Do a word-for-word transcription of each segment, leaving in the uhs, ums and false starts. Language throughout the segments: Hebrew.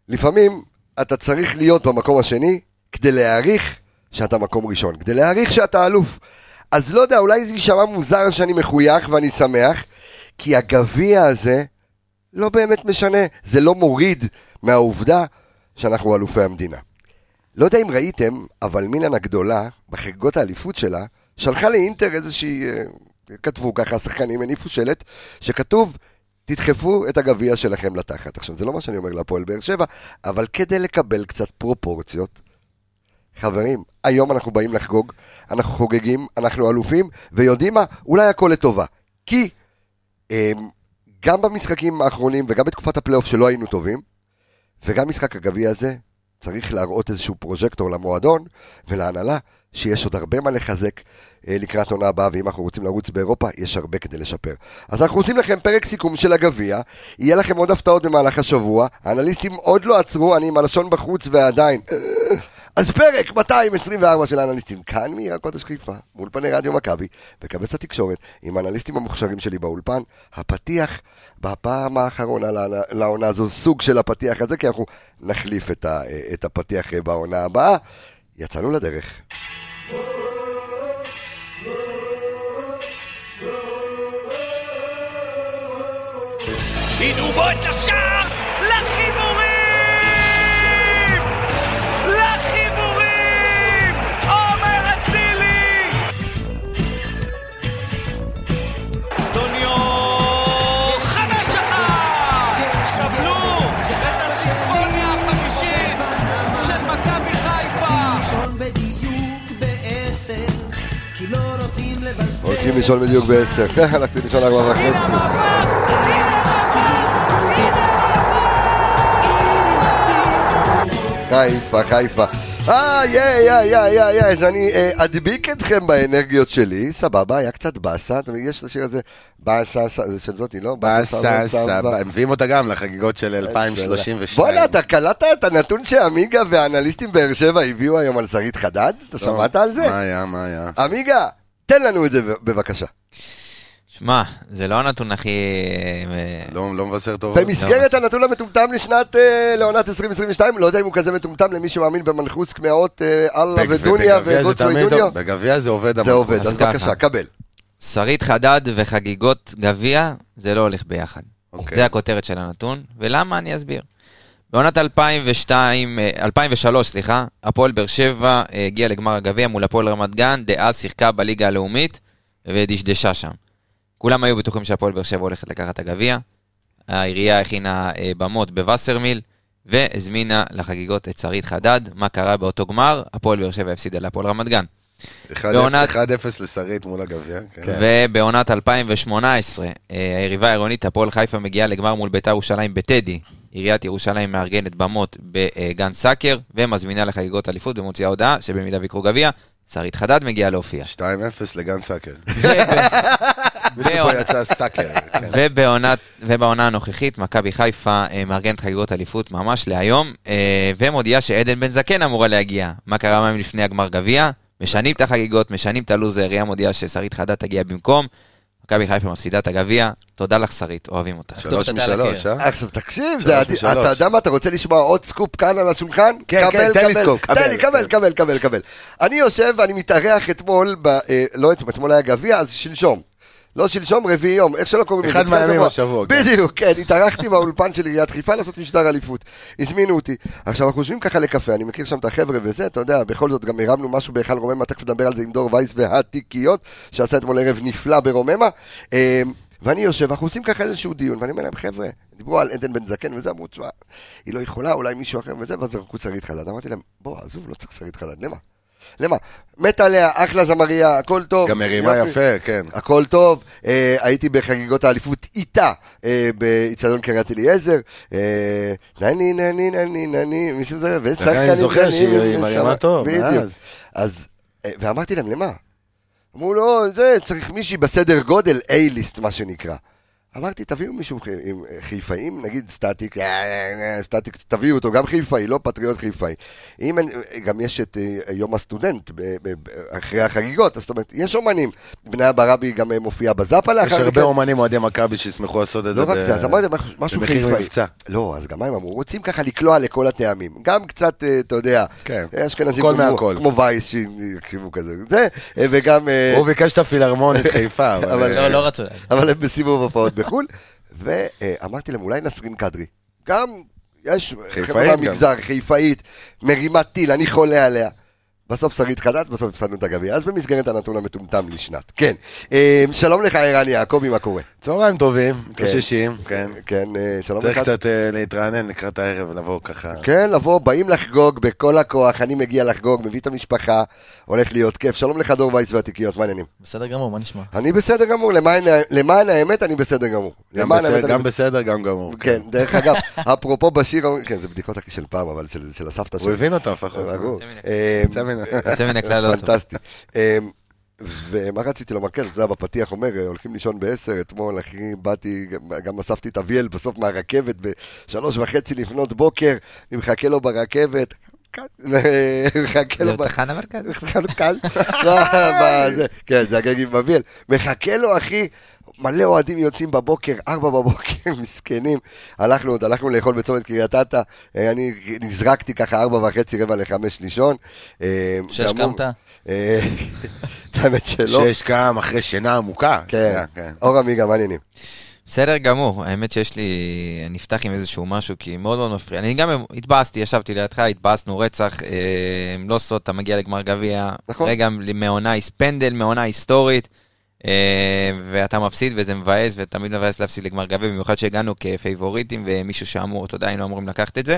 לפעמים אתה צריך להיות במקום השני, כדי להעריך שאתה מקום ראשון, כדי להעריך שאתה אלוף. אז לא יודע, אולי זה יישמע מוזר שאני מחוייך ואני שמח, כי הגביע הזה לא באמת משנה, זה לא מוריד מהעובדה שאנחנו אלופי המדינה. לא יודע אם ראיתם, אבל מילאן הגדולה, בחגיגות האליפות שלה, שלחה לאינטר איזושהי, כתבו ככה, השחקנים הניפו שלט, שכתוב, תדחפו את הגביע שלכם לתחת. עכשיו, זה לא מה שאני אומר להפועל באר שבע, אבל כדי לקבל קצת פרופורציות, חברים, היום אנחנו באים לחגוג, אנחנו חוגגים, אנחנו אלופים, ויודעים מה, אולי הכל לטובה. כי גם במשחקים האחרונים, וגם בתקופת הפלייאוף שלא היינו טובים, וגם משחק הגביע הזה, צריך להראות איזשהו פרוז'קטור למועדון ולהנהלה, שיש עוד הרבה מה לחזק לקראת עונה הבאה, ואם אנחנו רוצים לרוץ באירופה, יש הרבה כדי לשפר. אז אנחנו עושים לכם פרק סיכום של הגביע, יהיה לכם עוד הפתעות במהלך השבוע, האנליסטים עוד לא עצרו, אני עם הלשון בחוץ ועדיין. אז פרק מאתיים עשרים וארבע של האנליסטים, כאן מעיר הקודש חיפה, מול פני רדיו מכבי, וקבץ התקשורת, עם האנליסטים המוכשרים שלי באולפן, הפתיח בפעם האחרונה לעונה הזו, סוג של הפתיח הזה, כי אנחנו נחליף את, ה, את הפתיח בעונה הבאה. יצאנו לדרך. הנה בוא את השער לחיבורים! לחיבורים! עומר אצילי! דוניו! חמש אחת! קבלו את הסימפוניה החמישית של מכבי חיפה! לישון בדיוק בעשר, כי לא רוצים לבזבז. הולכים לישון בדיוק בעשר. הלכתי לישון ארבע וחצי. חיפה, חיפה. איי, איי, איי, איי, איי, אז אני אדביק אתכם באנרגיות שלי, סבבה, היה קצת בסה, יש לשיר הזה, בסה, זה של זאתי, לא? בסה, סבבה, מביאים אותה גם לחגיגות של אלפיים שלושים ושתיים. בוא'נה, אתה קלטת את הנתון שאמיגה והאנליסטים באר שבע הביאו היום על שרית חדד? אתה שמעת על זה? מה היה, מה היה? אמיגה, תן לנו את זה בבקשה. שמע, זה לא הנתון הכי... לא, לא מבשר טוב. במסגרת הנתון המטומטם לשנת, לעונת עשרים עשרים ושתיים, לא יודע אם הוא כזה מטומטם למי שמאמין במנחוס כמאות אללה ודוניה וגוץ ודוניה. בגביע זה עובד. זה עובד, אז בבקשה, קבל. שרית חדד וחגיגות גביע, זה לא הולך ביחד. זה הכותרת של הנתון, ולמה אני אסביר. בעונת אלפיים ושתיים, אלפיים ושלוש, סליחה, הפועל באר שבע הגיע לגמר הגביע מול הפועל רמת גן, דאז שיחקה בליגה הלאומית ודשדשה שם. כולם היו בטוחים שהפועל באר שבע הולכת לקחת הגביע, העירייה הכינה במות בווסרמיל, והזמינה לחגיגות את שרית חדד. מה קרה באותו גמר? הפועל באר שבע הפסידה להפועל רמת גן. אחד אפס לשרית מול הגביע. ובעונת אלפיים ושמונה עשרה, היריבה העירונית, הפועל חיפה מגיעה לגמר מול בית"ר ירושלים בטדי. עיריית ירושלים מארגנת במות בגן סאקר, ומזמינה לחגיגות אליפות ומוציאה הודעה שבמידה ויקרו גביע, שרית חדד מגיעה להופיע. שתיים אפס לגן סאקר. מישהו פה יצא סאקר. ובעונה הנוכחית, מכבי חיפה מארגנת חגיגות אליפות ממש להיום, ומודיעה שעדן בן זקן אמורה להגיע. מה קרה מהם לפני הגמר גביע? משנים את החגיגות, משנים את הלוז, העירייה מודיעה ששרית חדד תגיע במקום. מכבי חיפה מפסידה את הגביע, תודה לך שרית, אוהבים אותך. שלוש משלוש, אה? עכשיו תקשיב, אתה יודע מה, אתה רוצה לשמוע עוד סקופ כאן על השולחן? כן, כן, תן לי סקופ. תן לי, קבל, קבל, קבל, קבל. אני יושב ואני מתארח אתמול, לא אתמול היה גביע, אז שלשום. לא שלשום, רביעי יום, איך שלא קוראים? אחד מהימים השבוע. בדיוק, כן, התארחתי באולפן של עיריית חיפה לעשות משדר אליפות. הזמינו אותי. עכשיו, אנחנו חושבים ככה לקפה, אני מכיר שם את החבר'ה וזה, אתה יודע, בכל זאת גם הרמנו משהו בהיכל רוממה, תכף נדבר על זה עם דור וייס והתיקיות, שעשה אתמול ערב נפלא ברוממה, ואני יושב, אנחנו עושים ככה איזשהו דיון, ואני אומר להם, חבר'ה, דיברו על עדן בן זקן וזה, אמרו, תשמע, היא לא יכולה, אולי מישהו אחר וזה, ואז זרקו שרית חדד. אמרתי להם, בוא, עזוב, לא צריך שרית חדד, למה? למה? מת עליה, אחלה זמריה, הכל טוב. גם מרימה יפה, כן. הכל טוב. אה, הייתי בחגיגות האליפות איתה, אה, באצטדיון קריית אליעזר. אה, נני, נני, נני, נני, מישהו זה, ושחקנים. אני זוכר שהיא מרימה טוב, אז. אז, אה, ואמרתי להם, למה? אמרו לו, זה צריך מישהי בסדר גודל, A-ליסט, מה שנקרא. אמרתי, תביאו מישהו עם חיפאים, נגיד סטטיק, סטטיק, תביאו אותו, גם חיפאי, לא פטריוט חיפאי. אם גם יש את יום הסטודנט אחרי החגיגות, זאת אומרת, יש אומנים. בני ברבי גם מופיע בזאפה לאחר. יש הרבה אומנים אוהדי מכבי שישמחו לעשות את זה. לא רק זה, אז אמרתי משהו חיפאי. לא, אז גם מה הם אמרו? רוצים ככה לקלוע לכל הטעמים. גם קצת, אתה יודע, אשכנזים כמו וייס שיקשיבו כזה. זה, וגם... הוא ביקש את הפילהרמונית חיפה. לא, לא רצו. אבל הם בסיבוב הופעות בחול, ואמרתי להם, אולי נסרין קדרי. גם יש חברה במגזר, חיפאית, מרימת טיל, אני חולה עליה. בסוף שרית חדד, בסוף הפסדנו את הגביע. אז במסגרת הנתון המטומטם לשנת. כן. שלום לך, ערן יעקבי, מה קורה? צהריים טובים, קשישים, כן. כן, שלום לך. צריך קצת להתרענן לקראת הערב ולבוא ככה. כן, לבוא, באים לחגוג בכל הכוח, אני מגיע לחגוג, מביא את המשפחה, הולך להיות כיף. שלום לך, דור וייס והתיקיות, מה העניינים? בסדר גמור, מה נשמע? אני בסדר גמור, למען האמת אני בסדר גמור. גם בסדר, גם גמור. כן, דרך אגב, אפרופו בשיר, כן, זה בדיחות של פעם, אבל של הסבתא הוא הבין אותה, לפחות. יוצא מן הכלל לא טוב. פנטסטי. ומה רציתי לומר, כן, אתה יודע, בפתיח אומר, הולכים לישון בעשר, אתמול, אחי, באתי, גם אספתי את אביאל בסוף מהרכבת, בשלוש וחצי לפנות בוקר, אני מחכה לו ברכבת, מחכה לו... זה תחן המרכז? כן, זה הגג עם אביאל. מחכה לו, אחי, מלא אוהדים יוצאים בבוקר, ארבע בבוקר, מסכנים. הלכנו עוד, הלכנו לאכול בצומת קריית אתא, אני נזרקתי ככה ארבע וחצי, רבע לחמש לישון. שש קמת? האמת שלא. שש קם אחרי שינה עמוקה. כן, אור עמיגה, מה העניינים? בסדר גמור, האמת שיש לי, אני אפתח עם איזשהו משהו, כי מאוד מאוד מפריע. אני גם התבאסתי, ישבתי לידך, התבאסנו רצח, לא סוד, אתה מגיע לגמר גביע, רגע מעונה פנדל, מעונה היסטורית, ואתה מפסיד וזה מבאס, ותמיד מבאס להפסיד לגמר גביע, במיוחד שהגענו כפייבוריטים, ומישהו שאמור, אתה יודע, היינו אמורים לקחת את זה.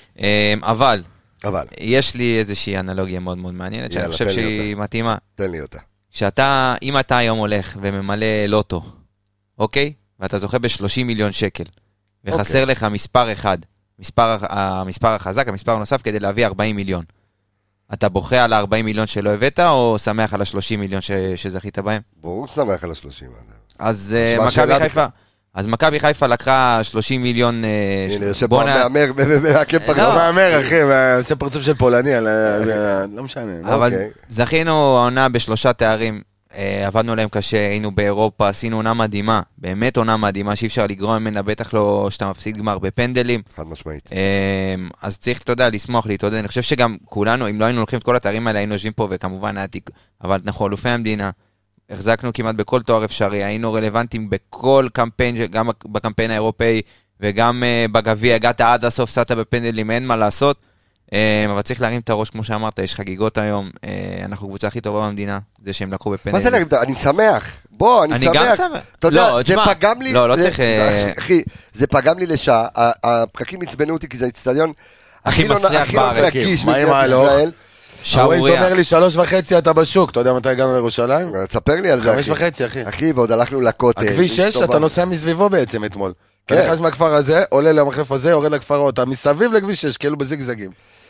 אבל, אבל, יש לי איזושהי אנלוגיה מאוד מאוד מעניינת, שאני חושב שהיא מתאימה. תן לי אותה. שאתה, אם אתה היום הולך וממלא לוטו, אוקיי? ואתה זוכה ב-שלושים מיליון שקל, וחסר לך מספר אחד, מספר, המספר החזק, המספר הנוסף, כדי להביא ארבעים מיליון. אתה בוכה על ה-ארבעים מיליון שלא הבאת, או שמח על ה-שלושים מיליון ש- שזכית בהם? ברור שמח על ה-שלושים. אז מכבי חיפה, אז מכבי חיפה לקחה שלושים מיליון... הנה, יושב פה המאמר, מהכם פרצוף. לא מאמר, אחי, עושה פרצוף של פולני, לא משנה. אבל זכינו העונה בשלושה תארים, עבדנו עליהם קשה, היינו באירופה, עשינו עונה מדהימה, באמת עונה מדהימה, שאי אפשר לגרום ממנה, בטח לא שאתה מפסיד גמר בפנדלים. חד משמעית. אז צריך, אתה יודע, לשמוח, להתעודד. אני חושב שגם כולנו, אם לא היינו לוקחים את כל התארים האלה, היינו יושבים פה, וכמובן העתיק, אבל אנחנו אלופי המדינה, החזקנו כמעט בכל תואר אפשרי, היינו רלוונטיים בכל קמפיין, גם בקמפיין האירופאי, וגם בגביע, הגעת עד הסוף, סעת בפנדלים, אין מה לעשות. אבל צריך להרים את הראש, כמו שאמרת, יש חגיגות היום, אנחנו קבוצה הכי טובה במדינה, זה שהם לקחו בפנדלים. מה זה להרים? אני שמח. בוא, אני שמח. אני גם שמח. אתה יודע, זה פגם לי... לא, לא צריך... אחי, זה פגם לי לשעה, הפקקים הצבנו אותי, כי זה האצטדיון הכי מסריח בארץ. מה עם ההלוך? שערוריה. הווייז אומר לי שלוש וחצי אתה בשוק, אתה יודע מתי הגענו לירושלים? תספר לי על זה, אחי. חמש וחצי, אחי. אחי, ועוד הלכנו לכותל. הכביש שש, אתה נוסע מסביבו בעצם אתמול. אתה נכנס מהכפר הזה, עולה למחלף הזה, יורד לכפר אותה, מסביב לכביש שש, כאילו בזיגזגים.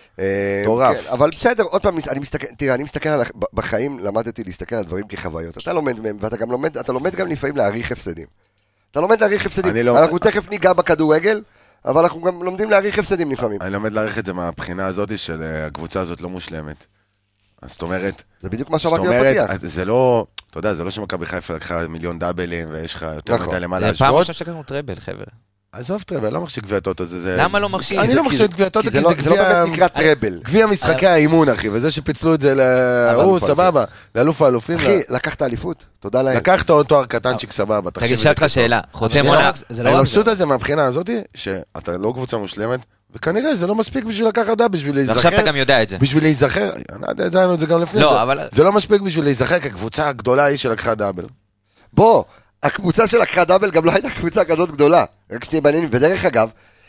טורף. אבל בסדר, עוד פעם, אני מסתכל, תראה, אני מסתכל על, בחיים למדתי להסתכל על דברים כחוויות. אתה לומד מהם, ואתה גם לומד, אתה לומד גם לפעמים להעריך הפסדים. אתה לומד להעריך הפסדים. אנחנו תכף ניגע בכדורגל, אבל אנחנו גם לומדים להעריך הפסדים לפעמים. אני לומד להעריך את זה מהבחינה הזאת של הקבוצה הזאת לא מושלמת. אז זאת אומרת... זה בדיוק מה שאמרתי בפתיח. זה לא, אתה יודע, זה לא שמכבי חיפה לקחה מיליון דאבלים, ויש לך יותר מדי למה להשוות. פעם ראשונה שלקחנו טראבל, חבר'ה. עזוב טראבל, לא מחשיב גביע טוטו. למה לא מחשיב? אני לא מחשיב גביע טוטו, כי זה לא באמת נקרא טראבל. גביע משחקי האימון, אחי, וזה שפיצלו את זה לאו, סבבה, לאלוף האלופים. אחי, לקחת אליפות, תודה להם. לקחת עוד תואר קטנצ'יק, סבבה. תגיד, שאלת לך שאלה, חותם עונה. אני מבסוט על זה מהבחינה הזאת, שאתה לא קבוצה מושלמת, וכנראה זה לא מספיק בשביל לקחת דאב, בשביל להיזכר. ועכשיו אתה גם יודע את זה. בשביל להיזכר, ידענו את זה גם לפני זה. זה לא מספיק בשביל להיזכר, כי הקבוצה הגדולה היא שלקחה דאבל. בוא, הקבוצה שלקחה דאבל גם לא הייתה קבוצה כזאת גדולה. רק שתהיה בעניינים, ודרך אגב,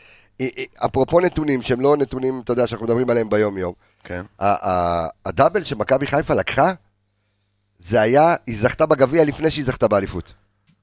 אפרופו נתונים שהם לא נתונים, אתה יודע, שאנחנו מדברים עליהם ביום יום. כן. הדאבל שמכבי חיפה לקחה, זה היה, היא זכתה בגביע לפני שהיא זכתה באליפות.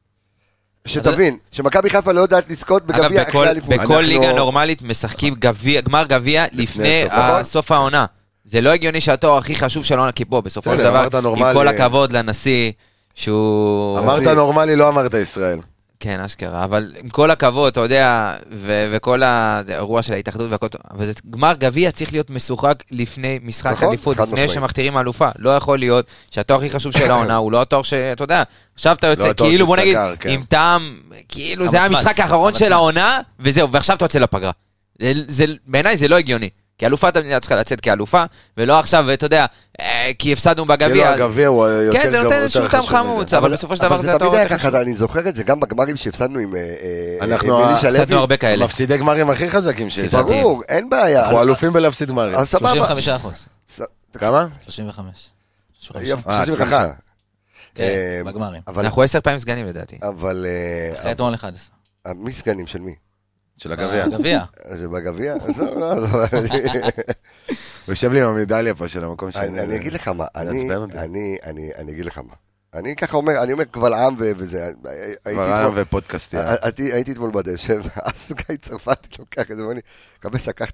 שתבין, שמכבי חיפה לא יודעת לזכות בגביע אחרי האליפות. בכל ליגה נורמלית משחקים גמר גביע לפני סוף העונה. זה לא הגיוני שהתואר הכי חשוב של העונה, כי פה בסופו של דבר, עם כל הכבוד לנשיא, שהוא... אמרת נורמלי, לא אמרת ישראל. כן, אשכרה, אבל עם כל הכבוד, אתה יודע, ו- וכל האירוע של ההתאחדות והכל, אבל זה גמר גביע צריך להיות משוחק לפני משחק נכון, אליפות, חד לפני משמעית. שמכתירים האלופה. לא יכול להיות שהתואר הכי חשוב של העונה הוא לא התואר שאתה יודע, עכשיו אתה יוצא לא התואר כאילו, בוא נגיד, שסגר, כן. עם טעם, כאילו זה חמץ המשחק מץ, האחרון חמץ של מץ. העונה, וזהו, ועכשיו אתה יוצא לפגרה. זה- זה- בעיניי זה לא הגיוני. כי אלופת המדינה צריכה לצאת כאלופה, ולא עכשיו, אתה יודע, אה, כי הפסדנו כאילו בגביע. הגביע הוא יותר כן, זה נותן גבוה, איזשהו יותר טעם חשוב חמוץ, מזה. אבל בסופו של דבר אבל זה זה התואר תמיד היה יותר ככה, חשוב. אני זוכר את זה גם בגמרים שהפסדנו עם אה, אה, אנחנו עם ה- אלישע הפסדנו לוי. הרבה כאלה. מפסידי גמרים הכי חזקים שיש. ברור, אין בעיה. אנחנו אלופים בלהפסיד גמרים. אז סבבה. שלושים וחמישה אחוז. ס- כמה? שלושים וחמש. יופי, אה, שלושים וחמש. הצלחה. כן, אה, בגמרים. אבל, אנחנו עשר פעמים סגנים לדעתי. אבל, אה, אחרי אתמול אחד עשר. מי סגנים של מי? של הגביע. גביע. זה בגביע? עזוב, לא, עזוב. הוא יושב לי עם המדליה פה של המקום שני. אני אני אגיד לך מה, אני, מעצבן אותי. אני, אני, אני אגיד לך מה. אני ככה אומר, אני אומר קבל עם ו- וזה, הייתי כבר עם אתמול- ופודקאסט. יא. הייתי הייתי אתמול בדשא, ואז גיא צרפתי לוקח את זה, ואומר לי, קבס לקחת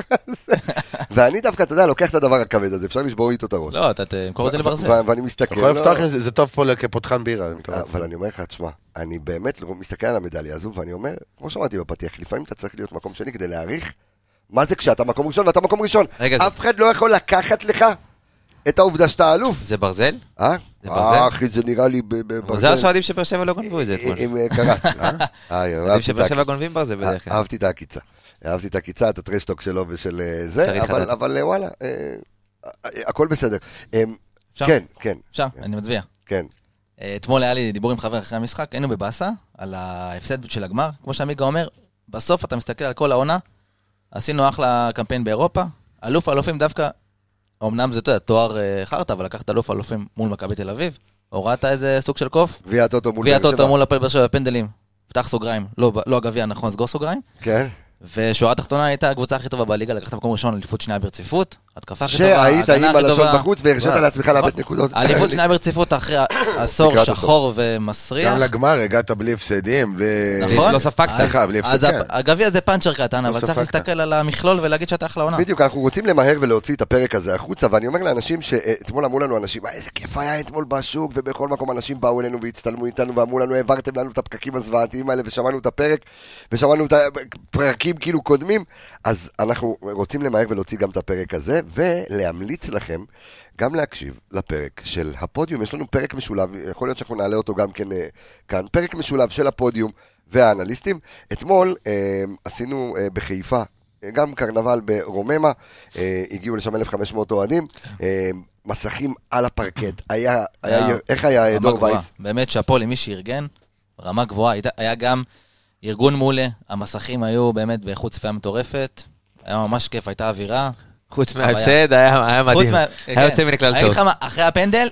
ואני דווקא, אתה יודע, לוקח את הדבר הכבד הזה, אפשר לשבור איתו את הראש. לא, אתה תמכור את זה לברזל. ו- ואני אתה מסתכל, יכול לא- לפתוח את זה, זה טוב פה כפותחן בירה. אם אתה רוצה. אבל אני אומר לך, תשמע, אני באמת מסתכל על המדליה הזו, ואני אומר, כמו שאמרתי בפתיח, לפעמים אתה צריך להיות מקום שני כדי להעריך מה זה כשאתה מקום ראשון ואתה מקום ראשון. רגע, זה- אף אחד לא יכול לקחת לך את העובדה שאתה אלוף. זה ברזל? אה? זה ברזל? אה, אחי, זה נראה לי בברזל. מוזר שהאוהדים של באר שבע לא גונבו את זה אתמול. עם קרץ. אה, האוהדים אהבתי של את באר שבע העקיצה. גונבים ברזל בדרך כלל. אהבתי את העקיצה. אהבתי את העקיצה, את הטרשטוק שלו ושל אה, זה, צריך אבל- לדעת. אבל אה, וואלה, אה, אה, הכל בסדר. אה, אפשר? כן, כן, עכשיו, אני מצביע. כן. אה, אתמול היה לי דיבור עם חבר אחרי המשחק, היינו בבאסה, על ההפסד של הגמר. כמו שעמיגה אומר, בסוף אתה מסתכל על כל העונה, עשינו אחלה קמפיין באירופה, אלוף האלופים דווקא, אמנם זה תואר אה, חרטה, אבל לקחת אלוף האלופים מול מכבי תל אביב, הורדת איזה סוג של קוף, גביע הטוטו מול גביע באר שבע. הטוטו מול הפועל באר שבע בפנדלים, פתח סוגריים, לא, לא הגביע נכון, סגור סוגריים, כן. ושורה התחתונה הייתה הקבוצה הכי טובה בליגה, לקחת מקום ראשון, אליפות שנייה ברציפות, התקפה הכי טובה, שהיית הגנה עם הכי הלשון טובה. בחוץ והרשית לעצמך לאבד נקודות. אליפות שנייה ברציפות אחרי עשור לקראת הסוף. שחור ומסריח. גם לגמר הגעת בלי הפסדים. בלי- נכון? לא ספגת. אז- סליחה, בלי אז הפסד, כן. הגביע זה פאנצ'ר קטן, אבל צריך ספגת. להסתכל על המכלול ולהגיד שאתה אחלה עונה. בדיוק, אנחנו רוצים למהר ולהוציא את הפרק הזה החוצה, ואני אומר לאנשים שאתמול אמרו לנו אנשים, "אה, איזה כיף היה אתמול בשוק, ובכל מקום אנשים באו אלינו והצטלמו איתנו, ואמרו לנו, העברתם לנו את הפקקים הזוועתיים האלה, ושמענו את הפרק, ושמענו את הפרקים כאילו קודמים, אז אנחנו רוצים למהר ולהוציא גם את הפרק הזה, ולהמליץ לכם גם להקשיב לפרק של הפודיום. יש לנו פרק משולב, יכול להיות שאנחנו נעלה אותו גם כן אה, כאן, פרק משולב של הפודיום והאנליסטים. אתמול אה, עשינו אה, בחיפה, אה, גם קרנבל ברוממה, אה, הגיעו לשם אלף וחמש מאות אוהדים, אה, מסכים על הפרקט, היה, היה, היה איך היה רמה דור גבוהה. וייס? באמת שאפו למי שארגן, רמה גבוהה, הייתה- היה גם ארגון מעולה, המסכים היו באמת באיכות צפייה מטורפת, היה ממש כיף, הייתה אווירה. חוץ חוויה. מההפסד, היה היה חוץ מדהים. מה- היה כן. יוצא מן הכלל אני אגיד טוב. לך מה, אחרי הפנדל,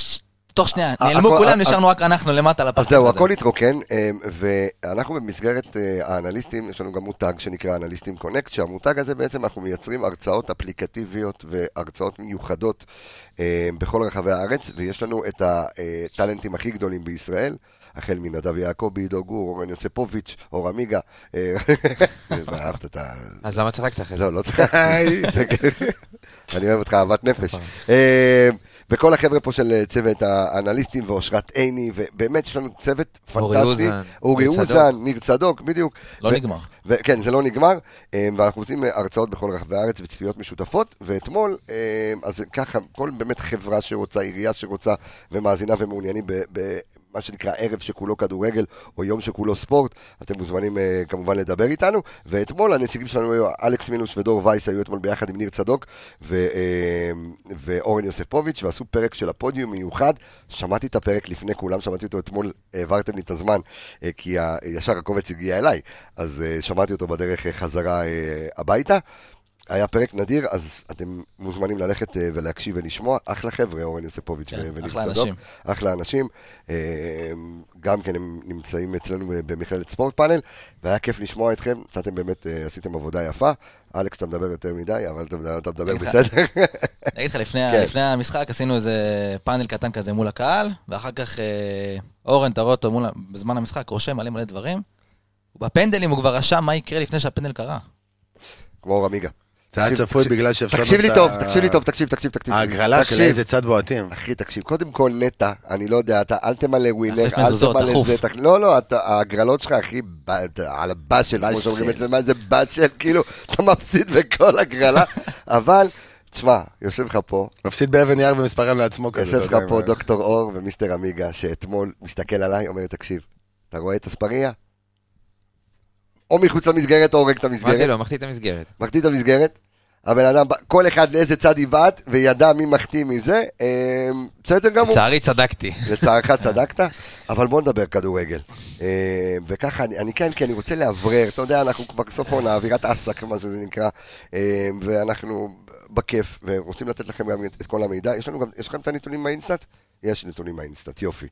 תוך שנייה, ה- נעלמו הכל- כולם, ה- נשארנו רק אנחנו למטה לפחד. אז זהו, הזה. הכל התרוקן, אה, ואנחנו במסגרת אה, האנליסטים, יש לנו גם מותג שנקרא אנליסטים קונקט, שהמותג הזה בעצם אנחנו מייצרים הרצאות אפליקטיביות והרצאות מיוחדות אה, בכל רחבי הארץ, ויש לנו את הטלנטים הכי גדולים בישראל, החל מנדב יעקבי, עידו גור, אורן יוספוביץ', אור עמיגה, אה, אהבת את ה... אז למה צחקת אחרי זה? לא, לא צריך. אני אוהב אותך, אהבת נפש. אה, וכל החבר'ה פה של צוות האנליסטים ואושרת עיני, ובאמת יש לנו צוות אורי פנטסטי. אוזן, אורי ניר צדוק. אוזן, ניר צדוק, בדיוק. לא ו- נגמר. ו- כן, זה לא נגמר, אה, ואנחנו עושים הרצאות בכל רחבי הארץ וצפיות משותפות, ואתמול, אה, אז ככה, כל באמת חברה שרוצה, עירייה שרוצה ומאזינה ומעוניינים ב... ב- מה שנקרא ערב שכולו כדורגל, או יום שכולו ספורט, אתם מוזמנים uh, כמובן לדבר איתנו, ואתמול הנציגים שלנו היו אלכס מינוש ודור וייס, היו אתמול ביחד עם ניר צדוק, ו, uh, ואורן יוספוביץ', ועשו פרק של הפודיום מיוחד, שמעתי את הפרק לפני כולם, שמעתי אותו אתמול, העברתם לי את הזמן, uh, כי ה- ישר הקובץ הגיע אליי, אז uh, שמעתי אותו בדרך uh, חזרה uh, הביתה, היה פרק נדיר, אז אתם מוזמנים ללכת אה, ולהקשיב ולשמוע. אחלה חבר'ה, אורן יוספוביץ' כן, וניר אחלה צדוק. אנשים. אחלה אנשים. אה, גם כן הם נמצאים אצלנו במכללת ספורט פאנל, והיה כיף לשמוע אתכם. אתם באמת אה, עשיתם עבודה יפה. אלכס, אתה מדבר יותר מדי, אבל אתה- אתה מדבר אגיד לך- בסדר. אני אגיד לך, לפני כן. לפני המשחק עשינו איזה פאנל קטן כזה מול הקהל, ואחר כך אה, אורן, תראה אותו מול ה- בזמן המשחק, רושם מלא מלא דברים. בפנדלים הוא כבר רשם מה יקרה לפני שהפנדל קרה. כמו אור עמיגה. זה היה צפוי בגלל שהפסדנו תקשיב לי טוב, תקשיב לי טוב, תקשיב, תקשיב, תקשיב. ההגרלה של איזה צד בועטים. אחי, תקשיב, קודם כל נטע, אני לא יודע, אתה אל תמלא ווינר, יש אל מזוזות, תמלא דחוף. זה, לא, לא, ההגרלות שלך, אחי, על הבאשל, כמו שאומרים אצלנו, מה זה באשל, כאילו, אתה מפסיד בכל הגרלה, אבל, תשמע, יושב לך פה, מפסיד באבן יער ומספרם לעצמו כזה. יושב לך פה דוקטור אור ומיסטר אמיגה, שאתמול מסתכל עליי, אומר לי, תקשיב, אתה רואה את הספריה? או מחוץ למסגרת או הורג את המסגרת. אמרתי לו, מחטיא את המסגרת. מחטיא את המסגרת, הבן אדם, כל אחד לאיזה צד יבעט, וידע מי מחטיא מזה, בסדר גמור. לצערי צדקתי. לצערך צדקת, אבל בוא נדבר כדורגל. וככה, אני, אני כן, כי אני רוצה להברר, אתה יודע, אנחנו כבר סוף עונה, אווירת עסק, מה שזה נקרא, ואנחנו בכיף, ורוצים לתת לכם גם את כל המידע. יש לנו גם, יש לכם את הנתונים מהאינסטאט? יש נתונים מהאינסטאט, יופי.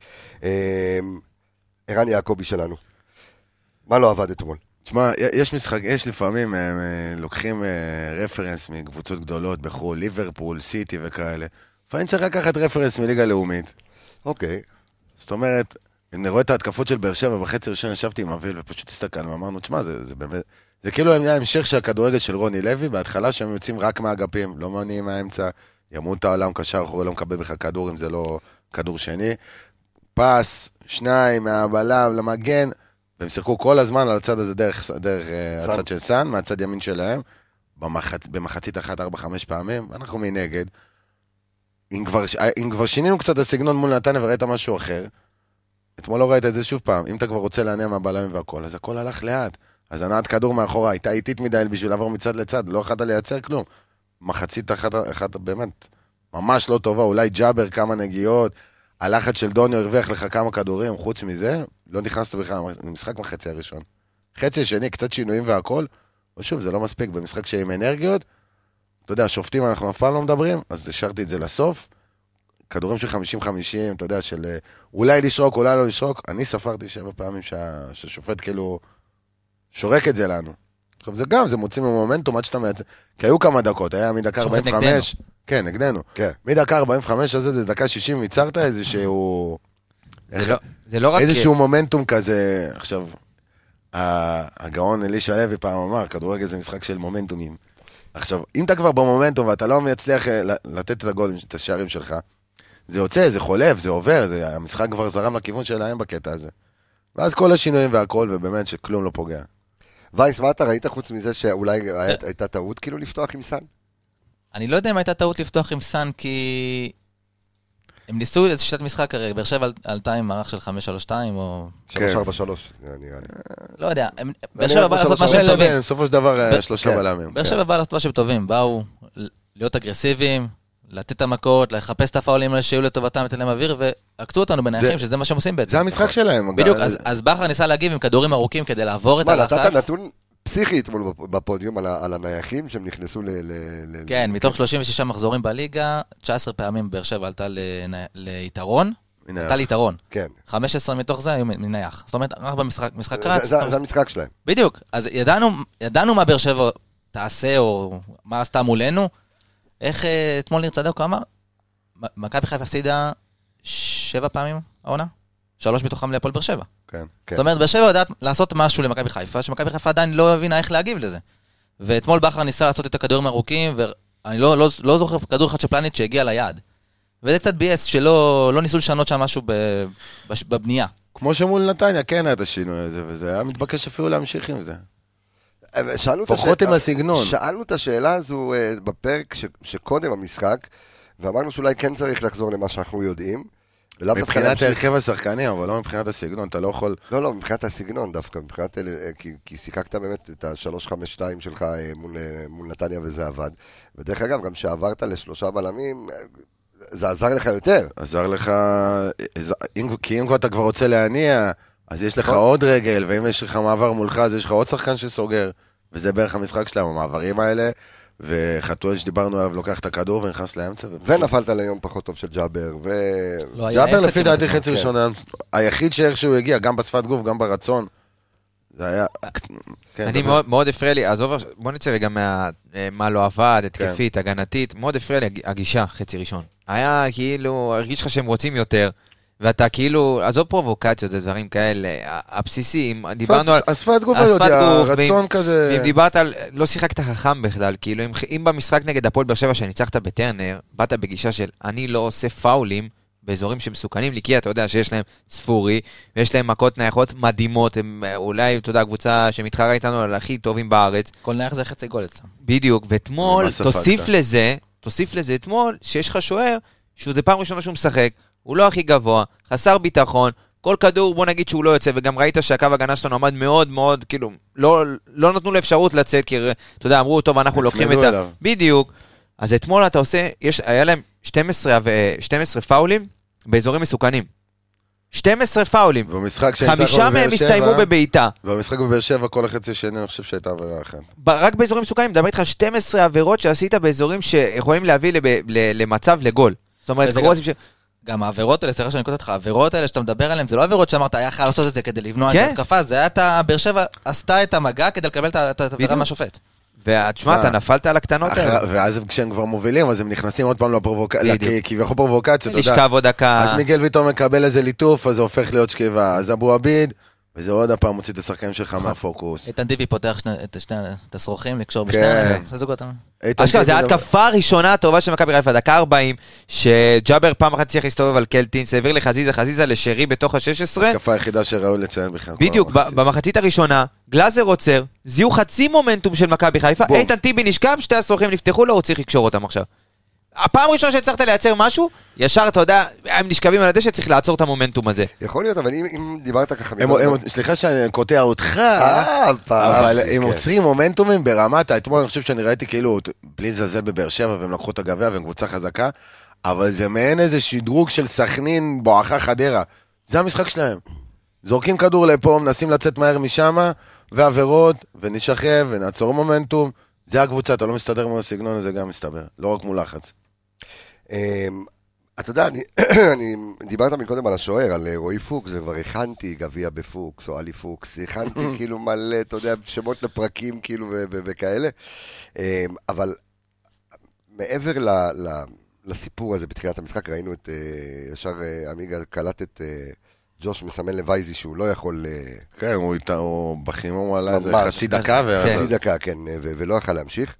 ערן יעקובי שלנו. מה לא עבד אתמול? תשמע, יש משחק, יש לפעמים, הם לוקחים רפרנס מקבוצות גדולות בחול, ליברפול, סיטי וכאלה. לפעמים צריך לקחת רפרנס מליגה לאומית. אוקיי. זאת אומרת, אני רואה את ההתקפות של באר שבע, בחצי ראשון ישבתי עם אביל ופשוט הסתכלנו, ואמרנו, תשמע, זה, זה באמת, זה כאילו היה המשך של הכדורגל של רוני לוי, בהתחלה שהם יוצאים רק מהאגפים, לא מניעים מהאמצע, ימות את העולם, קשר אחורי, לא מקבל בכלל כדור, אם זה לא כדור שני. פס, שניים, מהבלם, למגן, והם שיחקו כל הזמן על הצד הזה דרך, דרך הצד של סן, מהצד ימין שלהם, במחצ... במחצית אחת, ארבע, חמש פעמים, ואנחנו מנגד. אם כבר, אם כבר שינינו קצת הסגנון מול נתניה וראית משהו אחר, אתמול לא ראית את זה שוב פעם, אם אתה כבר רוצה להניע מהבלמים והכל, אז הכל הלך לאט. אז הנעת כדור מאחורה הייתה איטית מדי בשביל לעבור מצד לצד, לא יכולת לייצר כלום. מחצית אחת, אחת באמת ממש לא טובה, אולי ג'אבר כמה נגיעות, הלחץ של דוניו הרוויח לך כמה כדורים, חוץ מזה, לא נכנסת בכלל למשחק מחצי הראשון. חצי שני, קצת שינויים והכל, ושוב, זה לא מספיק, במשחק שעם אנרגיות, אתה יודע, שופטים אנחנו אף פעם לא מדברים, אז השארתי את זה לסוף, כדורים של חמישים חמישים, אתה יודע, של אולי לשרוק, אולי לא לשרוק, אני ספרתי שבע פעמים שהשופט כאילו שורק את זה לנו. עכשיו זה גם, זה מוצאים ממומנטום עד שאתה מייצא, כי היו כמה דקות, היה מדקה ארבעים וחמש, כן, נגדנו. מדקה ארבעים וחמש הזה, זה דקה שישים, ייצרת איזשהו... זה לא רק... איזשהו מומנטום כזה, עכשיו, הגאון אלישע לוי פעם אמר, כדורגל זה משחק של מומנטומים. עכשיו, אם אתה כבר במומנטום ואתה לא מצליח לתת את הגול, את השערים שלך, זה יוצא, זה חולף, זה עובר, זה, המשחק כבר זרם לכיוון שלהם בקטע הזה. ואז כל השינויים והכל, ובאמת שכלום לא פוגע. וייס, מה אתה ראית חוץ מזה שאולי הייתה טעות כאילו לפתוח עם סן? אני לא יודע אם הייתה טעות לפתוח עם סן, כי הם ניסו איזו שיטת משחק הרי, באר שבע עלתה עם מערך של חמש שלוש שתיים או... שלוש ארבע שלוש, נראה לי. לא יודע, באר שבע בא לעשות מה שהם טובים. בסופו של דבר שלושה בלמים. באר שבע בא לעשות מה שהם טובים, באו להיות אגרסיביים, לתת את המכות, לחפש את הפאולים האלה שיהיו לטובתם, לתת להם אוויר, ועקצו אותנו בנייחים, שזה מה שהם עושים בעצם. זה המשחק שלהם. בדיוק, אז בכר ניסה להגיב עם כדורים ארוכים כדי לעבור את הלחץ. נתת נתון פסיכי אתמול בפודיום על הנייחים שהם נכנסו ל... כן, מתוך שלושים ושישה מחזורים בליגה, תשע עשרה פעמים באר שבע עלתה ליתרון, עלתה ליתרון. כן. חמש עשרה מתוך זה היו מנייח. זאת אומרת, רק במשחק רץ. זה המשחק שלהם. בדיוק, אז ידענו מה באר שבע תעשה, או מה עשתה מולנו. איך אתמול ניר צדוק אמר? מכבי חיפה הפסידה שבע פעמים העונה? שלוש מתוכם להפועל באר שבע. כן. זאת אומרת, באר שבע יודעת לעשות משהו למכבי חיפה, שמכבי חיפה עדיין לא הבינה איך להגיב לזה. ואתמול בכר ניסה לעשות את הכדורים הארוכים, ואני לא, לא, לא זוכר כדור אחד של פלניץ' שהגיע ליעד. וזה קצת בי-אס שלא לא ניסו לשנות שם משהו בבנייה. כמו שמול נתניה, כן היה את השינוי הזה, וזה היה מתבקש אפילו להמשיך עם זה. פחות עם הסגנון. שאלנו את השאלה הזו בפרק שקודם המשחק, ואמרנו שאולי כן צריך לחזור למה שאנחנו יודעים. מבחינת הרכב השחקנים, אבל לא מבחינת הסגנון, אתה לא יכול... לא, לא, מבחינת הסגנון דווקא, מבחינת... כי סיכקת באמת את ה-שלוש חמש שתיים שלך מול נתניה וזה עבד. ודרך אגב, גם שעברת לשלושה בלמים, זה עזר לך יותר. עזר לך... כי אם אתה כבר רוצה להניע, אז יש לך עוד רגל, ואם יש לך מעבר מולך, אז יש לך עוד שחקן שסוגר. וזה בערך המשחק שלהם, המעברים האלה. וחתואל שדיברנו עליו לוקח את הכדור ונכנס לאמצע. ונפלת ליום פחות טוב של ג'אבר. ג'אבר לפי דעתי חצי ראשון, היחיד שאיכשהו הגיע, גם בשפת גוף, גם ברצון. זה היה... אני מאוד הפריע לי, עזוב, בוא נצא רגע מה לא עבד, התקפית, הגנתית, מאוד הפריע לי הגישה חצי ראשון. היה כאילו, הרגיש לך שהם רוצים יותר, ואתה כאילו, עזוב פרובוקציות, דברים כאלה, הבסיסיים, דיברנו על... השפת גוף, הרצון כזה... אם דיברת על, לא שיחקת חכם בכלל, כאילו, אם במשחק נגד הפועל באר שבע שניצחת בטרנר, באת בגישה של, אני לא עושה פאולים באזורים שמסוכנים לי, כי אתה יודע שיש להם ספורי, ויש להם מכות נייחות מדהימות, הם אולי, אתה יודע, קבוצה שמתחרה איתנו על הכי טובים בארץ. כל נייח זה חצי גול אצלם. בדיוק, ואתמול, תוסיף לזה, תוסיף לזה אתמול, שיש לך שוער, שזה פעם ראשונה שהוא משחק, הוא לא הכי גבוה, חסר ביטחון, כל כדור בוא נגיד שהוא לא יוצא, וגם ראית שהקו הגנה שלנו עמד מאוד מאוד, כאילו, לא, לא נתנו לאפשרות לצאת, כי אתה יודע, אמרו, טוב, אנחנו לוקחים את ה... בדיוק. אז אתמול אתה עושה, יש, היה להם שתים עשרה פאולים באזורים מסוכנים. שתים עשרה פאולים. חמישה מהם הסתיימו בביתה. ובמשחק בבאר שבע, כל החצי השני, אני חושב שהייתה עבירה אחת. רק באזורים מסוכנים, מדבר איתך שתים עשרה עבירות שעשית באזורים שיכולים להביא למצב לגול. זאת אומרת, גם העבירות האלה, סליחה שאני קוטע אותך, העבירות האלה שאתה מדבר עליהן, זה לא עבירות שאמרת, היה חייב לעשות את זה כדי לבנוע את ההתקפה, זה היה, באר שבע עשתה את המגע כדי לקבל את העבירה מהשופט. ותשמע, אתה נפלת על הקטנות האלה. ואז כשהם כבר מובילים, אז הם נכנסים עוד פעם לפרובוקציה, כביכול פרובוקציה, לשכב עוד דקה. אז מיגל ויטור מקבל איזה ליטוף, אז זה הופך להיות שכיבה. אז אבו עביד, וזה עוד הפעם מוציא את השחקנים שלך מהפוקוס. איתן דיבי פותח את השרוכים, לקשור בשניים. זה זוגות. אשכרה, זה ההתקפה הראשונה הטובה של מכבי חיפה, דקה ארבעים, שג'אבר פעם אחת צריך להסתובב על קלטינס, העביר לחזיזה, חזיזה לשרי בתוך ה-שש עשרה. ההתקפה היחידה שראוי לציין בכלל. בדיוק, במחצית הראשונה, גלאזר עוצר, זיהו חצי מומנטום של מכבי חיפה, איתן טיבי נשכב, שתי השרוכים נפתחו לו, הוא צריך לקשור אותם עכשיו. הפעם הראשונה שהצלחת לייצר משהו, ישר, אתה יודע, הם נשכבים על הדשא, צריך לעצור את המומנטום הזה. יכול להיות, אבל אם דיברת ככה... סליחה שאני קוטע אותך, אבל הם עוצרים מומנטומים ברמת, אתמול אני חושב שאני ראיתי כאילו, בלי לזלזל בבאר שבע, והם לקחו את הגביע, והם קבוצה חזקה, אבל זה מעין איזה שדרוג של סכנין, בואכה חדרה. זה המשחק שלהם. זורקים כדור לפה, מנסים לצאת מהר משם, ועבירות, ונשכב, ונעצור מומנטום. זה הקבוצה, אתה לא מסתדר מול הסגנון הזה, גם מסתבר, לא רק מול לחץ. אתה יודע, אני דיברת מקודם על השוער, על רועי פוקס, וכבר הכנתי גביע בפוקס, או עלי פוקס, הכנתי כאילו מלא, אתה יודע, שמות לפרקים כאילו וכאלה, אבל מעבר לסיפור הזה בתחילת המשחק, ראינו את, ישר עמיגה קלט את ג'וש מסמן לווייזי שהוא לא יכול... כן, הוא בחימום עלה איזה חצי דקה. חצי דקה, כן, ולא יכול להמשיך.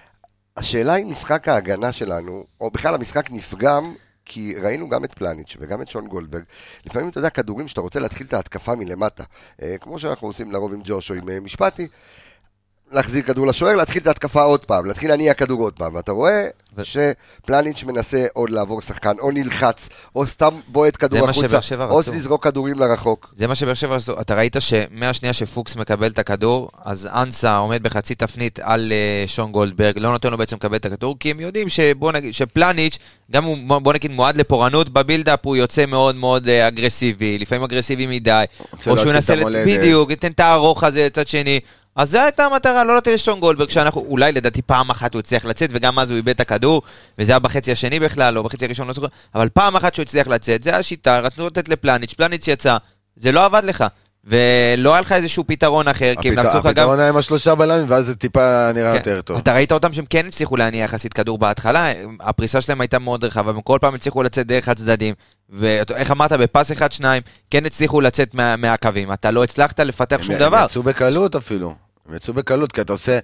השאלה היא משחק ההגנה שלנו, או בכלל המשחק נפגם, כי ראינו גם את פלניץ' וגם את שון גולדברג. לפעמים אתה יודע, כדורים שאתה רוצה להתחיל את ההתקפה מלמטה, כמו שאנחנו עושים לרוב עם ג'וש או עם משפטי, להחזיר כדור לשוער, להתחיל את ההתקפה עוד פעם, להתחיל להניע כדור עוד פעם, ואתה רואה ו... שפלניץ' מנסה עוד לעבור שחקן, או נלחץ, או סתם בועט כדור החוצה, או לזרוק כדורים לרחוק. זה מה שבאר שבע עשו. אתה ראית שמהשנייה שפוקס מקבל את הכדור, אז אנסה עומד בחצי תפנית על uh, שון גולדברג, לא נותן לו בעצם לקבל את הכדור, כי הם יודעים שבוא נגיד, שפלניץ' גם הוא, בוא נגיד, מועד לפורענות בבילדאפ, הוא יוצא מאוד מאוד uh, אגרסיבי, לפעמים אגרסיבי מדי, או שהוא ינסה, בדיוק, ייתן את הארוך הזה צד שני. אז זו הייתה המטרה, לא לתת לשון גולדברג, שאנחנו, אולי לדעתי פעם אחת הוא הצליח לצאת, וגם אז הוא איבד את הכדור, וזה היה בחצי השני בכלל, או בחצי הראשון, לא זוכר, אבל פעם אחת שהוא הצליח לצאת, זה השיטה, רצינו לתת לפלניץ', פלניץ' יצא, זה לא עבד לך, ולא היה לך איזשהו פתרון אחר, כי הם לחצו לך גם... הפתרון היה עם השלושה בלמים, ואז זה טיפה נראה יותר טוב. אתה ראית אותם שהם כן הצליחו להניע יחסית כדור בהתחלה, הפריסה שלהם הייתה מאוד רחבה, והם כל פעם הצליחו לצאת דרך הצדדים, ואיך אמרת, בפס אחד, שניים, כן הצליחו לצאת מה, מהקווים, אתה לא הצלחת לפתח שום דבר. הם יצאו בקלות אפילו, הם יצאו בקלות, כי אתה עושה,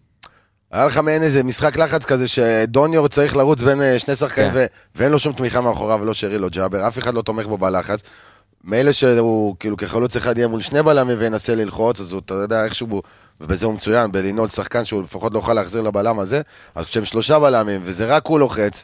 היה לך מעין איזה משחק לחץ כזה, שדוניור צריך לרוץ בין שני שחקנים, ואין לו שום תמיכה מאחוריו, ולא שרי, לא ג'אבר, אף אחד לא תומך בו בלחץ, מילא שהוא כאילו כחלוץ אחד יהיה מול שני בלמים וינסה ללחוץ, אז הוא, אתה יודע, איכשהו, ובזה הוא מצוין, בלינול שחקן שהוא לפחות לא יכול להחזיר לבלם הזה, אז כשהם שלושה בלמים, וזה רק הוא לוחץ,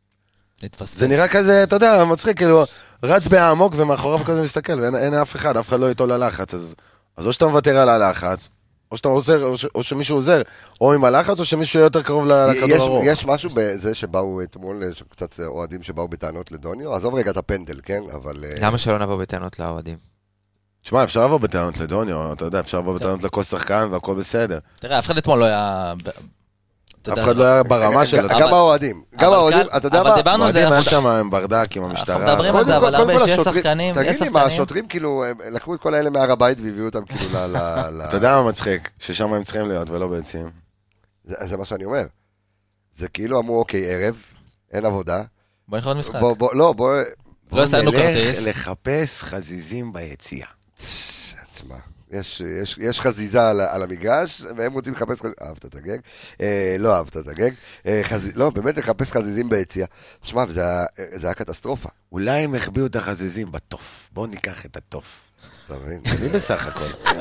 זה נראה כזה, אתה יודע, מצחיק, כאילו, רץ בעמוק ומאחוריו כזה מסתכל, ואין אף אחד, אף אחד לא איתו ללחץ, אז, אז או שאתה מוותר על הלחץ, או שאתה עוזר, או, ש, או שמישהו עוזר, או עם הלחץ, או שמישהו יהיה יותר קרוב לכדור הרוב. יש משהו בזה שבאו אתמול, קצת אוהדים שבאו בטענות לדוניו, עזוב רגע את הפנדל, כן? אבל... למה שלא נבוא בטענות לאוהדים? תשמע, אפשר לבוא בטענות לדוניו, אתה יודע, אפשר לבוא בטענות לכל שחקן, והכל בסדר. תראה, אף אחד אתמול לא היה... אף אחד לא היה ברמה של... גם האוהדים, גם האוהדים, אתה יודע מה? האוהדים היה שם עם ברדק, עם המשטרה. אנחנו מדברים על זה, אבל הרבה שיש שחקנים, תגיד לי מה, השוטרים כאילו, לקחו את כל האלה מהר הבית והביאו אותם כאילו ל... אתה יודע מה מצחיק? ששם הם צריכים להיות ולא בעצים. זה מה שאני אומר. זה כאילו אמרו, אוקיי, ערב, אין עבודה. בוא נכנס משחק. לא, בוא... לא עשינו נלך כרטיס. לחפש חזיזים ביציאה. תשמע, יש, יש, יש חזיזה על, על המגרש, והם רוצים לחפש חזיזים, אהבת את הגג? אה, לא אהבת את הגג. אה, חז... לא, באמת לחפש חזיזים ביציאה. תשמע, זה, זה היה קטסטרופה. אולי הם החביאו את החזיזים בתוף. בואו ניקח את התוף. אתה מבין? אני בסך הכל.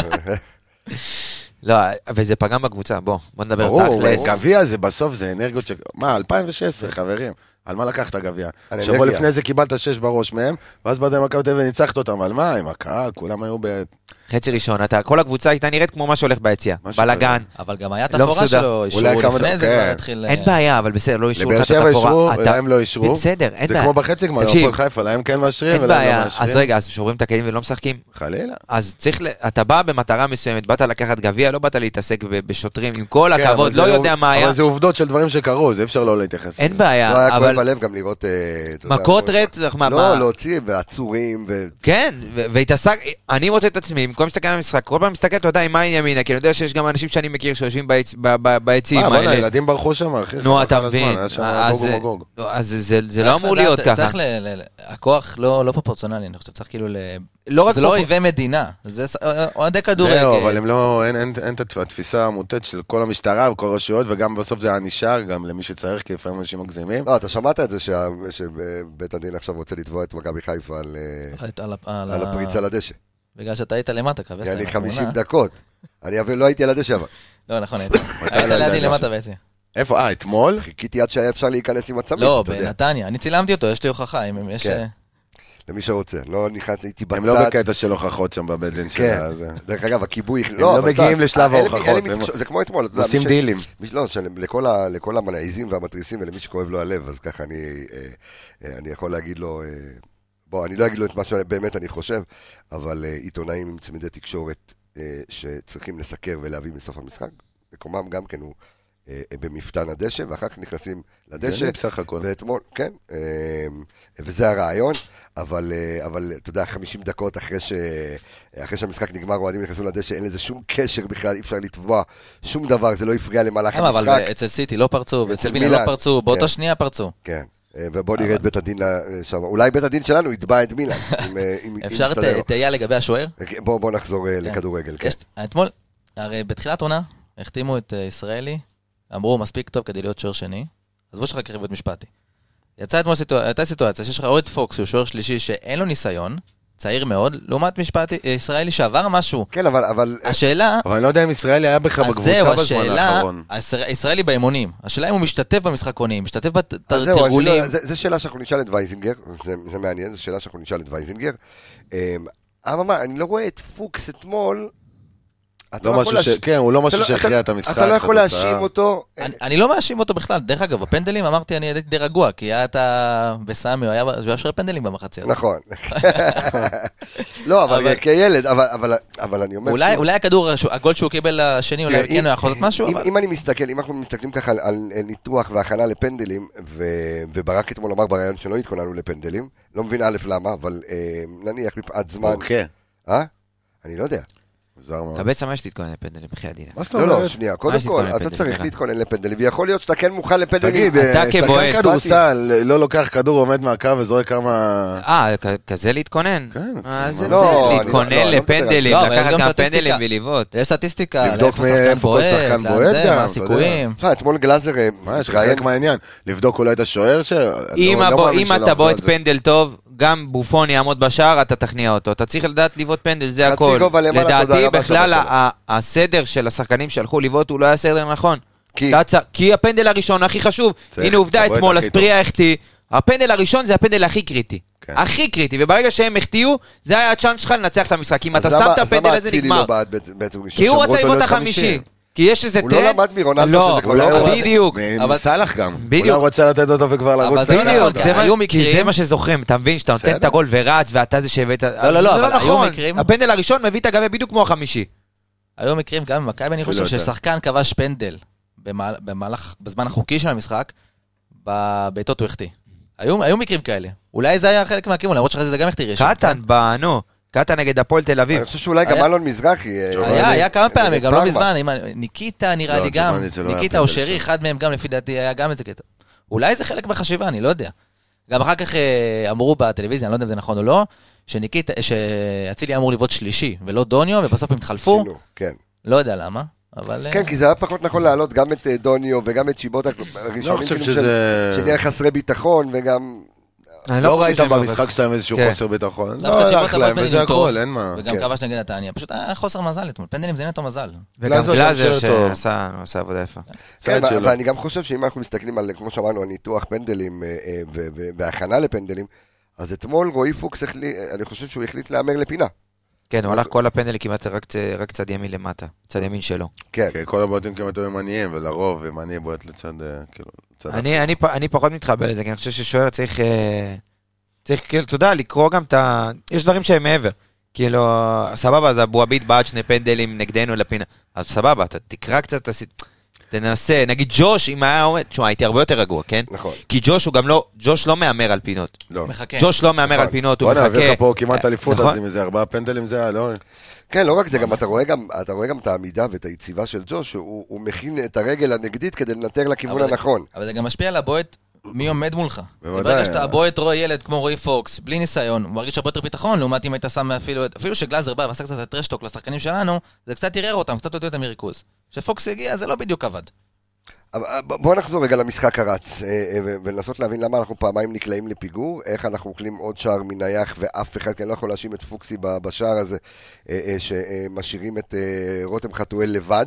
לא, וזה פגם בקבוצה, בוא, בוא נדבר ברור, תכלס. גביע זה בסוף, זה אנרגיות ש... מה, אלפיים ושש עשרה, חברים. על מה לקחת גביע? האנרגיה. שבוע לפני זה קיבלת שש בראש מהם, ואז באת למכבי תל אביב וניצחת אותם. על מה? עם הקהל, כולם היו ב... חצי ראשון, אתה, כל הקבוצה הייתה נראית כמו מה שהולך ביציאה. משהו בלגן. אבל גם היה את לא התפורה מסודר. שלו, אולי אישרו כמה לפני דקות, זה, כן. כבר התחיל... אין בעיה, אבל בסדר, לא אישרו לבאר לך את שבע התפורה. אישרו, אתה- להם לא אישרו. בסדר, אין זה בעיה. כמו בחצי גמר, תקשיב, הפועל חיפה, להם כן מאשרים אין ולהם לא בעיה, מאשרים. אז רגע, אז שוברים את הכלים ולא משחקים. חלילה. אז צריך, ל- אתה בא במטרה מסוימת, באת לקחת גביע, לא באת להתעסק ב- בשוטרים, עם כל כן, הכבוד, אבל לא זה- יודע מה היה. אבל זה עובדות של דברים שקרו, זה אפשר לא להתייחס. אין לזה. לא היה בעיה, כואב אבל בלב גם לראות... אה, אתה יודע, מכות כמו- רצח, מה, לא, מה? להוציא, ועצורים, ו... כן, ו- והתעסק, אני רוצה את עצמי, במקום להסתכל על המשחק, כל פעם מסתכל, אתה יודע, עם עין ימינה, כי אני יודע שיש גם אנשים שאני מכיר שיושבים ביצ- ב- ב- ביציעים מה, בוא'נה, האלה. ילדים ברחו שם, אחי. נו, חבל אתה על הזמן, מבין. היה שם אז גוג זה- ומגוג. לא, אז זה- זה זה לא צריך אמור לדעת- להיות ככה. צריך ל... ל- ל- הכוח לא לא פרופורציונלי, אני חושב, צריך כאילו ל... לא רק זה לא פרופור- אויבי מדינה, זה ס- אוהדי כדורגל. זהו, אבל הם לא, אין, אין, אין את התפיסה המוטט של כל המשטרה וכל הרשויות, וגם בסוף זה היה נשאר, גם למי שצריך, כי לפעמים אנשים מגזימים. לא, אתה שמעת את זה שה- שבית הדין עכשיו רוצה לתבוע את מכבי חיפה על, אה, על ה- על על ה- הפריצה לדשא. בגלל שאתה היית למטה, כבש. היה לי חמישים דקות. אני אבל לא הייתי על הדשא, אבל לא, נכון, היית. לא היית יודע, לידי לא. למטה בעצם. איפה? אה, אתמול? חיכיתי עד שהיה אפשר להיכנס עם הצמיד. לא, אתה יודע, בנתניה. אני צילמתי אותו, יש לי הוכחה. אם יש... כן. למי שרוצה. לא נכנסתי, הייתי בצד. הם לא בקטע של הוכחות שם בבית דין כן. של הזה. דרך אגב, הכיבוי... הם לא אבל מגיעים אתה- לשלב אין לי- ההוכחות, אין לי הם מתקש- זה כמו אתמול. אתה יודע, עושים מי ש- דילים. מי- לא, של- לכל ה- לכל המנעיזים והמתריסים ולמי שכואב לו הלב, אז ככה אני אה, אה, אני יכול להגיד לו... אה, בוא, אני לא אגיד לו את מה שבאמת אני חושב, אבל אה, עיתונאים עם צמידי תקשורת אה, שצריכים לסקר ולהביא מסוף המשחק, מקומם גם כן הוא אה, במפתן הדשא, ואחר כך נכנסים לדשא. זה בסך הכל. ואתמול, כן, אה, וזה הרעיון, אבל, אה, אבל אתה יודע, חמישים דקות אחרי, ש... אחרי שהמשחק נגמר, אוהדים נכנסו לדשא, אין לזה שום קשר בכלל, אי אפשר לתבוע שום דבר, זה לא הפריע למהלך למה, אבל המשחק. אצל סיטי לא פרצו, אצל ואצל מילאן מילאן. לא פרצו, באותה כן. שנייה פרצו. כן, אה, ובוא נראה את בית הדין שם, אולי בית הדין שלנו יתבע את מילאן, אם, אה, אם, אם אפשר יסתדר לו. את תהיה לגבי השוער? בוא, בוא נחזור אה, לכדורגל, כן. יש- אתמול, הרי בתחילת עונה, החתימו את אה, ישראלי, אמרו מספיק טוב כדי להיות שוער שני, עזבו שלך כריבות משפטי. יצאה אתמול סיטואציה, הייתה סיטואציה שיש לך אוהד פוקס, שהוא שוער שלישי שאין לו ניסיון, צעיר מאוד, לעומת משפטי, אה, ישראלי שעבר משהו. כן, אבל... אבל השאלה, אבל אני לא יודע אם ישראלי היה בכלל אז בקבוצה זהו, בזמן השאלה, האחרון. הישראל- ישראלי באימונים, השאלה אם הוא משתתף במשחקונים, משתתף אז זהו, אז זה בתרגולים. לא- זה- זה שאלה שאנחנו נשאל את וייזינגר, זה זה מעניין, זו שאלה שאנחנו נשאל את וייזינגר. אמ, אבל מה, אני לא רואה את פוקס אתמול, אתה לא לא משהו יכול ש... להש- כן, הוא לא אתה משהו לא- שהכריע אתה- את המשחק. אתה לא יכול את התוצאה. להאשים אותו. אני, אני לא מאשים אותו בכלל, דרך אגב, בפנדלים אמרתי, אני הייתי די רגוע, כי היה את ה... בסמי, הוא היה הוא היה שוער פנדלים במחצי הזה. נכון. לא, אבל אבל- כילד, אבל- אבל- אבל אני אומר... אולי, שוב, אולי הכדור, הגול שהוא קיבל לשני, אולי תראה, כן הוא יכול לעשות משהו, אם- אבל... אם אני מסתכל, אם אנחנו מסתכלים ככה על- על ניתוח והכנה לפנדלים, ו- וברק אתמול אמר בראיון שלא התכוננו לפנדלים, לא מבין א' למה, אבל אה, נניח מפאת זמן... אוקיי. אה? אני לא יודע. מוזר מאוד. קבל סמש שתתכונן לפנדלים, בחייאת דינא. מה זאת לא, לא, אומרת? שנייה, קודם יש כל, להתכונן אתה לפנדלים, צריך נראה. להתכונן לפנדלים, ויכול להיות שאתה כן מוכן לפנדלים. תגיד, אתה אה, כבועט. שחקן כדורסל לא לוקח כדור, עומד מהקו וזורק כמה... אה, כ- כזה להתכונן? כן, אה, זה לא, זה, אני לא- להתכונן לא, אני לא מדבר על לפנדלים, זה. לא, אבל יש לקחת גם גם סטטיסטיקה. פנדלים ולבעוט. יש סטטיסטיקה, לבדוק לאיפה שחקן מאיפה כל בועט, שחקן לאן בועט זה, גם, מה אתה יודע. הסיכויים. תשמע, אתמול גלאזר אה, מה, יש לך התראיין- חלק מהעניין? לבדוק אולי את השוער ש... אם לא- לא הבו- מאמין אם שלא אתה עבדו בועט על זה. פנדל טוב, גם בופון יעמוד בשער, אתה תכניע אותו. אתה צריך לדעת לבעוט פנדל, זה חצי הכל. גובה למעלה, תודה לדעתי רבה, בכלל שבת ה- הסדר של השחקנים שהלכו לבעוט הוא לא היה סדר נכון. כי- אתה צ- כי הפנדל הראשון הכי חשוב. צריך, הנה עובדה, אתה בועט אתמול הכי אספריה החטיא. הפנדל הראשון זה הפנדל הכי קריטי. כן. הכי קריטי, וברגע שהם החטיאו, זה היה הצ'אנס שלך לנצח את המשחק. אם אז אתה למה- שם את אז הפנדל למה הזה אצילי נגמר. לא בעט בעצם- בעצם ראשון? כי הוא שאמרו רצה אותו לבעוט להיות החמישי. כי יש איזה הוא לא טרנד. למד מרונלדו לא, שזה כבר אולי לא... הוא- בדיוק. עם סלאח גם. בדיוק. אולי הוא רוצה לתת אותו וכבר אבל לרוץ. זה לקראת. בדיוק, נכון, זה מה- היו כי מקרים- זה מה שזוכרים, אתה מבין שאתה נותן בסדר. את הגול ורץ ואתה זה שהבאת, לא, לא, זה אבל היו נכון. מקרים- הפנדל הראשון מביא את הגביע בדיוק כמו החמישי. היו מקרים, גם במכבי אני חושב אפילו יותר. ששחקן כבש פנדל במהל- במהלך, בזמן החוקי של המשחק, בביתות הוא החטיא. היו היו מקרים כאלה. אולי זה היה חלק מהכיוון, למרות שאחרי זה גם החטיא ראשון. קטן, נו, קטן נגד הפועל תל אביב. אני חושב שאולי גם היה- אלון מזרחי... אה, היה, היה כמה פעמים, גם לא פארמה. מזמן, אם- ניקיטה נראה לא, לי גם, ג'ובאני זה לא היה ניקיטה או פנדל שרי, שם. אחד מהם גם לפי דעתי היה גם איזה קטע. אולי זה חלק בחשיבה, אני לא יודע. גם אחר כך אמרו בטלוויזיה, אני לא יודע אם זה נכון או לא, שניקית, שאצילי אמור לבעוט שלישי, ולא דוניו, ובסוף הם התחלפו. כן. לא יודע למה, אבל... כן, כי זה היה פחות נכון לעלות גם את דוניו וגם את שיבוט הראשונים שנהיה חסרי ביטחון, וגם... לא ראית במשחק שלהם איזשהו חוסר ביטחון. לא הלך להם, וזה הכל, אין מה. וגם כבש נגד נתניה, פשוט היה חוסר מזל אתמול, פנדלים זה נטו מזל. וגם גלאזר שעשה עבודה יפה. כן, ואני גם חושב שאם אנחנו מסתכלים על, כמו שאמרנו, הניתוח פנדלים והכנה לפנדלים, אז אתמול רועי פוקס, אני חושב שהוא החליט לאמר לפינה. כן, הוא הלך כל הפנדלים כמעט רק צד ימין למטה, צד ימין שלו. כן. כל הבועטים כמעט היו ימניים, ולרוב ימני בועט לצד, כאילו, לצד... אני פחות מתחבר לזה, כי אני חושב ששוער צריך, צריך, כאילו, אתה יודע, לקרוא גם את ה... יש דברים שהם מעבר. כאילו, סבבה, אז אבו עביד בעט שני פנדלים נגדנו לפינה. אז סבבה, אתה תקרא קצת, תנסה, נגיד ג'וש, אם היה עומד, תשמע, הייתי הרבה יותר רגוע, כן? נכון. כי ג'וש הוא גם לא, ג'וש לא מאמר על פינות. לא. ג'וש לא מאמר על פינות, הוא מחכה. בוא נעביר לך פה כמעט אליפות, אז עם איזה ארבעה פנדלים זה היה, לא? כן, לא רק זה, גם אתה רואה גם, אתה רואה גם את העמידה ואת היציבה של ג'וש, הוא, הוא מכין את הרגל הנגדית כדי לנטר לכיוון הנכון. אבל זה גם משפיע על הבועט, מי עומד מולך. ברגע שאתה הבועט רואה ילד כמו רועי פוקס, בלי ניסיון, הוא מרגיש הרבה יותר ביטחון, לעומת אם היית שם אפילו, אפילו שגלאזר בא ועשה קצת הטרשטוק לשחקנים שלנו, זה קצת ערער אותם, קצת יותר מריכוז. כשפוקס הגיע, זה לא בדיוק עבד. בואו נחזור רגע למשחק הרץ, ולנסות להבין למה אנחנו פעמיים נקלעים לפיגור, איך אנחנו אוכלים עוד שער מנייח, ואף אחד כן לא יכול להאשים את פוקסי בשער הזה, שמשאירים את רותם חתואל לבד.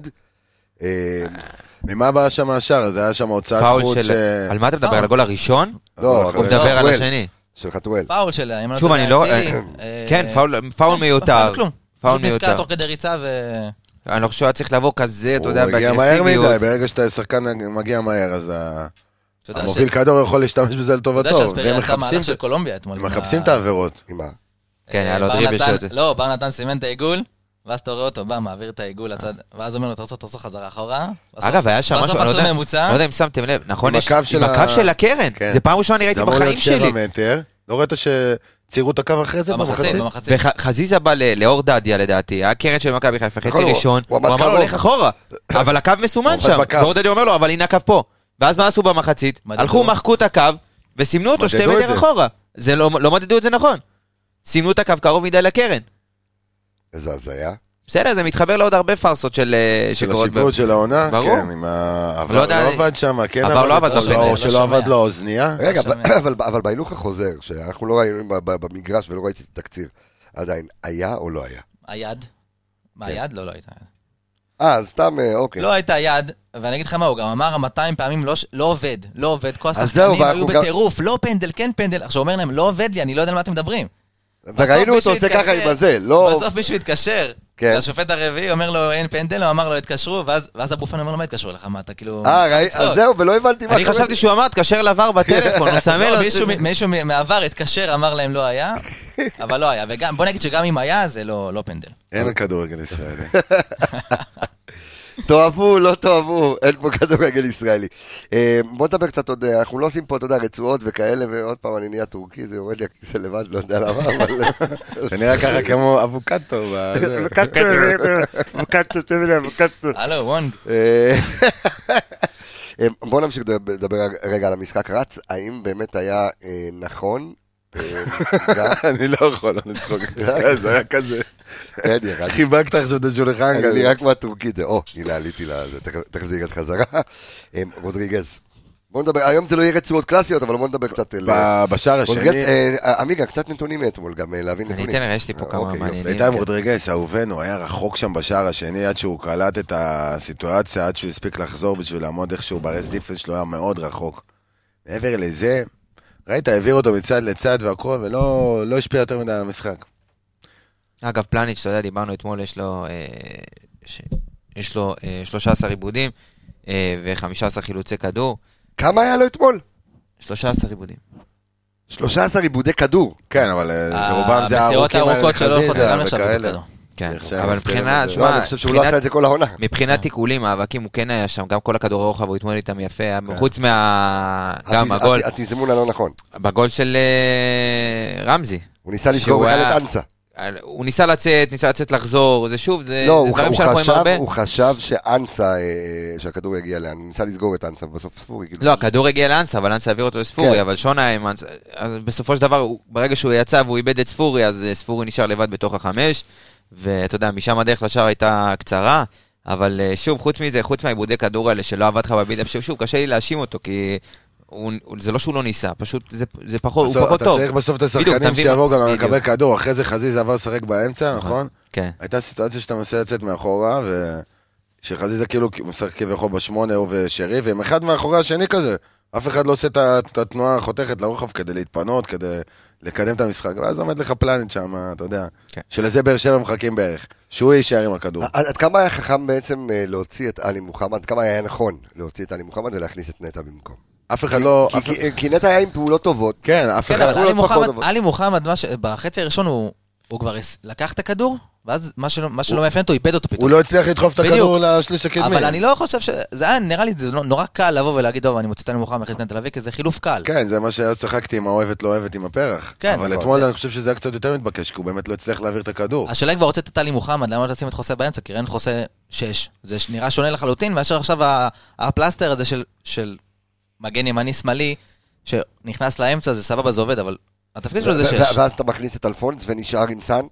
ממה בא שם השער? זה היה שם הוצאת חוץ ש... על מה אתה מדבר? על הגול הראשון? לא, הוא מדבר על השני. של חתואל. פאול שלה, שוב, אני לא... כן, פאול מיותר. פאול מיותר. נתקע תוך כדי ריצה ו... אני לא חושב שהוא צריך לבוא כזה, אתה יודע, באגרסיביות. הוא מגיע מהר מדי, ברגע שאתה שחקן מגיע מהר, אז המוביל כדור יכול להשתמש בזה לטובתו. אתה יודע שהספריה עשה מהלך של קולומביה אתמול. הם מחפשים את העבירות. כן, היה לו דריבל של זה. לא, בר נתן סימן את העיגול, ואז אתה רואה אותו, בא, מעביר את העיגול לצד, ואז אומר לו, תרצות, תרצות חזרה אחורה. אגב, היה שם משהו, לא יודע אם שמתם לב, נכון, עם הקו של הקרן. זה פעם ראשונה אני ראיתי בחיים שלי. לא ראית שציירו את הקו אחרי זה במחצית? וחזיזה בא לאור דדיה לדעתי, הקרן של מכבי חיפה, חצי ראשון, הוא אמר לו הולך אחורה, אבל הקו מסומן שם, ואור דדיה אומר לו, אבל הנה הקו פה. ואז מה עשו במחצית? הלכו, מחקו את הקו, וסימנו אותו שתי מטר אחורה. זה לא מדדו את זה נכון. סימנו את הקו קרוב מדי לקרן. איזה הזיה. בסדר, זה מתחבר לעוד הרבה פרסות של השיפוט של העונה, כן, עם העבר לא עבד שם, כן, או שלא עבד לו האוזנייה. רגע, אבל בהילוך החוזר, שאנחנו לא ראינו במגרש ולא ראיתי את התקציר, עדיין, היה או לא היה? היד? מה היד? לא, לא הייתה. אה, סתם, אוקיי. לא הייתה יד, ואני אגיד לך מה, הוא גם אמר מאתיים פעמים לא עובד, לא עובד, כל השחקנים היו בטירוף, לא פנדל, כן פנדל, עכשיו אומר להם, לא עובד לי, אני לא יודע על מה אתם מדברים. וראינו אותו עושה ככה עם הזה, לא... בסוף מישהו התקשר, השופט הרביעי אומר לו אין פנדל, הוא אמר לו התקשרו, ואז אבו פאני אומר לו מה התקשרו לך, מה אתה כאילו... אה, אז זהו, ולא הבנתי מה... אני חשבתי שהוא אמר, תקשר לעבר בטלפון, הוא סמל... מישהו מעבר התקשר, אמר להם לא היה, אבל לא היה, ובוא נגיד שגם אם היה, זה לא פנדל. אין כדורגל ישראלי. תאהבו, לא תאהבו, אין פה כדורגל ישראלי. בוא נדבר קצת עוד, אנחנו לא עושים פה, אתה יודע, רצועות וכאלה, ועוד פעם אני נהיה טורקי, זה יורד לי הכיסא לבד, לא יודע למה, אבל... זה נראה ככה כמו אבוקטו. אבוקטו, אבוקטו, תמיד אבוקטו. הלו, וונג. בוא נמשיך לדבר רגע על המשחק רץ, האם באמת היה נכון? אני לא יכול, אני צחוק, זה היה כזה. חיבקת עכשיו את השולחן. אני נראה כמו הטורקית, או, הנה עליתי לזה, תכף זה יגעת חזרה. רודריגז, בוא נדבר, היום זה לא יהיה רצועות קלאסיות, אבל בוא נדבר קצת... בשער השני... עמיגה, קצת נתונים מאתמול, גם להבין נתונים. אני אתן, יש לי פה כמה מעניינים. בינתיים רודריגז, אהובנו, היה רחוק שם בשער השני, עד שהוא קלט את הסיטואציה, עד שהוא הספיק לחזור בשביל לעמוד איכשהו ברס דיפנס שלו, היה מאוד רחוק. מעבר לזה, ראית, העביר אותו מצד לצד והכל, ולא לא השפיע יותר מדי על המשחק. אגב, פלניץ', אתה יודע, דיברנו אתמול, יש לו, אה, ש... יש לו אה, שלושה עשר עיבודים אה, ו-חמישה עשר חילוצי כדור. כמה היה לו אתמול? שלושה עשר עיבודים. שלושה עשר עיבודי כדור. כן, אבל רובם זה הארוכים האלה חזיזה וכאלה. כן, אבל מבחינת, אני חושב שהוא לא עשה את זה כל העונה. מבחינת תיקולים, האבקים הוא כן היה שם, גם כל הכדור הרוחב הוא התמודד איתם יפה, חוץ מה... גם הגול... התזמון הלא נכון. בגול של רמזי. הוא ניסה לסגור בכלל את אנסה. הוא ניסה לצאת, ניסה לצאת לחזור, זה שוב, זה לא, הוא, דברים הוא, שאנחנו חשב, עם הרבה. הוא חשב שאנסה, שהכדור יגיע לאן, הוא ניסה לסגור את אנסה, בסוף ספורי. כאילו. לא, הכדור הגיע לאנסה, אבל אנסה העביר אותו לספורי, כן. אבל שונה, בסופו של דבר, ברגע שהוא יצא והוא איבד את ספורי, אז ספורי נשאר לבד בתוך החמש, ואתה יודע, משם הדרך לשער הייתה קצרה, אבל שוב, חוץ מזה, חוץ מהעיבודי כדור האלה שלא עבד לך בבידאפ, שוב, קשה לי להאשים אותו, כי הוא, זה לא שהוא לא ניסה, פשוט זה, זה פחות, בסוף, הוא פחות אתה טוב. אתה צריך בסוף את השחקנים שיבואו גם בדיוק. לקבל כדור, אחרי זה חזיזה עבר לשחק באמצע, נכון? כן. הייתה סיטואציה שאתה מנסה לצאת מאחורה, ושחזיזה כאילו משחק כביכול בשמונה הוא ושרי, והם אחד מאחורי השני כזה. אף אחד לא עושה את התנועה החותכת לרוחב כדי להתפנות, כדי לקדם את המשחק, ואז עומד לך פלנט שם, אתה יודע, כן. שלזה באר שבע מחכים בערך, שהוא יישאר עם הכדור. עד, עד כמה היה חכם בעצם להוציא את אלי מוחמד, עד כמה היה נכון להוציא את אלי מוחמד ולהכניס את נטע במקום? אף אחד לא... כי, אף... כי, כי נטע היה עם פעולות טובות. כן, אף כן, אחד... אבל אלי מוחמד, טובות. אלי מוחמד, מה ש- בחצי הראשון הוא הוא כבר לקח את הכדור, ואז מה שלא מה שלא מאפיין אותו, איבד אותו פתאום. הוא לא הצליח לדחוף את הכדור לשליש הקדמי. אבל אני לא חושב ש... זה היה, נראה לי, זה נורא קל לבוא ולהגיד, טוב, אני מוציא את אלי מוחמד מחצי תל אביב, כי זה חילוף קל. כן, זה מה ששחקתי עם האוהבת לא אוהבת עם הפרח. כן, אבל נכון. אתמול אני חושב שזה היה קצת יותר מתבקש, כי הוא באמת לא הצליח להעביר את הכדור. השאלה כבר הוצאת את אלי מוחמד, למה לא תשים את חוסה באמצע? כי ראינו את חוסה שש. זה נראה שונה לחלוטין, מאשר עכשיו ה- הפלסטר הזה של, של מגן ימני שמאלי, שנכנס לאמצע, זה סבבה, זה עובד, אבל התפקיד שלו זה ו- שש. ו- ואז אתה מכניס את אלפונס ונשאר עם סן.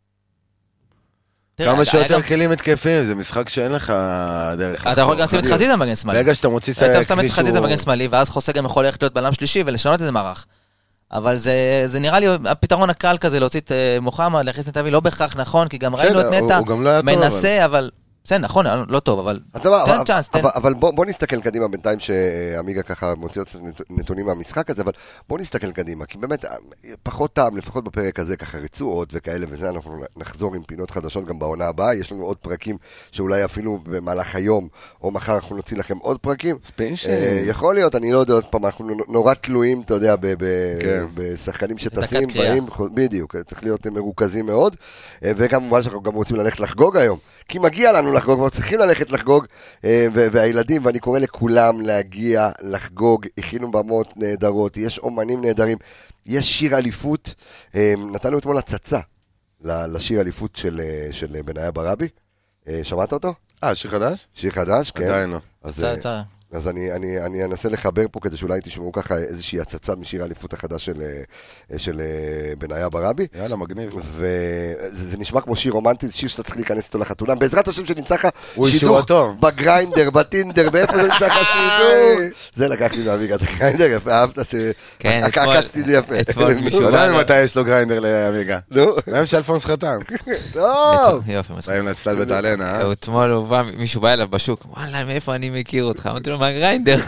תראה, כמה היה שיותר גם- כלים התקפים, זה משחק שאין לך דרך. אתה יכול גם לשים את חזיזה במגן שמאלי. ברגע שאתה מוציא אתה שם את כלי חזיזה שהוא- במגן שמאלי, ואז חוסה גם יכול ללכת להיות בלם שלישי ולשנות איזה מערך. אבל זה, זה נראה לי הפתרון הקל כזה להוציא את uh, מוחמד, להכניס את נטע, לא בהכרח נכון, כי גם ראינו את בסדר, הוא- נטע הוא גם לא היה טוב, מנסה, אבל... זה נכון, לא טוב, אבל אתה יודע, תן אבל- צ'אנס, תן. אבל, אבל בוא, בוא נסתכל קדימה בינתיים שעמיגה ככה מוציא עוד נתונים מהמשחק הזה, אבל בוא נסתכל קדימה, כי באמת פחות טעם, לפחות בפרק הזה, ככה רצועות וכאלה וזה, אנחנו נחזור עם פינות חדשות גם בעונה הבאה, יש לנו עוד פרקים שאולי אפילו במהלך היום או מחר אנחנו נוציא לכם עוד פרקים. ספיישל. אה, יכול להיות, אני לא יודע עוד פעם, אנחנו נורא תלויים, אתה יודע, ב- ב- כן. בשחקנים שטסים, קריאה. באים, בדיוק, צריך להיות מרוכזים מאוד, אה, וכמובן שאנחנו גם רוצים ללכת לחגוג היום. כי מגיע לנו לחגוג, ואנחנו צריכים ללכת לחגוג, ו- והילדים, ואני קורא לכולם להגיע לחגוג, הכינו במות נהדרות, יש אומנים נהדרים, יש שיר אליפות, נתנו אתמול הצצה לשיר אליפות של, של בניה ברבי, שמעת אותו? אה, שיר חדש? שיר חדש, כן. עדיין לא. אז, צער, צער. אז אני, אני, אני אנסה לחבר פה כדי שאולי תשמעו ככה איזושהי הצצה משיר האליפות החדש של, של בניה ברבי. יאללה, מגניב. וזה זה נשמע כמו שיר רומנטי, זה שיר שאתה צריך להיכנס איתו לחתונה. בעזרת השם שנמצא לך הוא שידוך אישורתו. בגריינדר, בטינדר, באיפה זה נמצא לך שידוך? זה לקחתי מהאביגה את הגריינדר, יפה, אהבת כן, שעקצתי את זה יפה. אתמול מישהו לא בא יודע לו- מתי יש לו גריינדר לעמיגה. נו, מהם שאלפונס חתם. טוב. יופי, מסכים. ראינו לצטל בתעלנה, אה? אתמול הוא בא, מישהו בא אליו בשוק, וואלה, מאיפה אני מכיר אותך? אמרתי לו, מהגריינדר.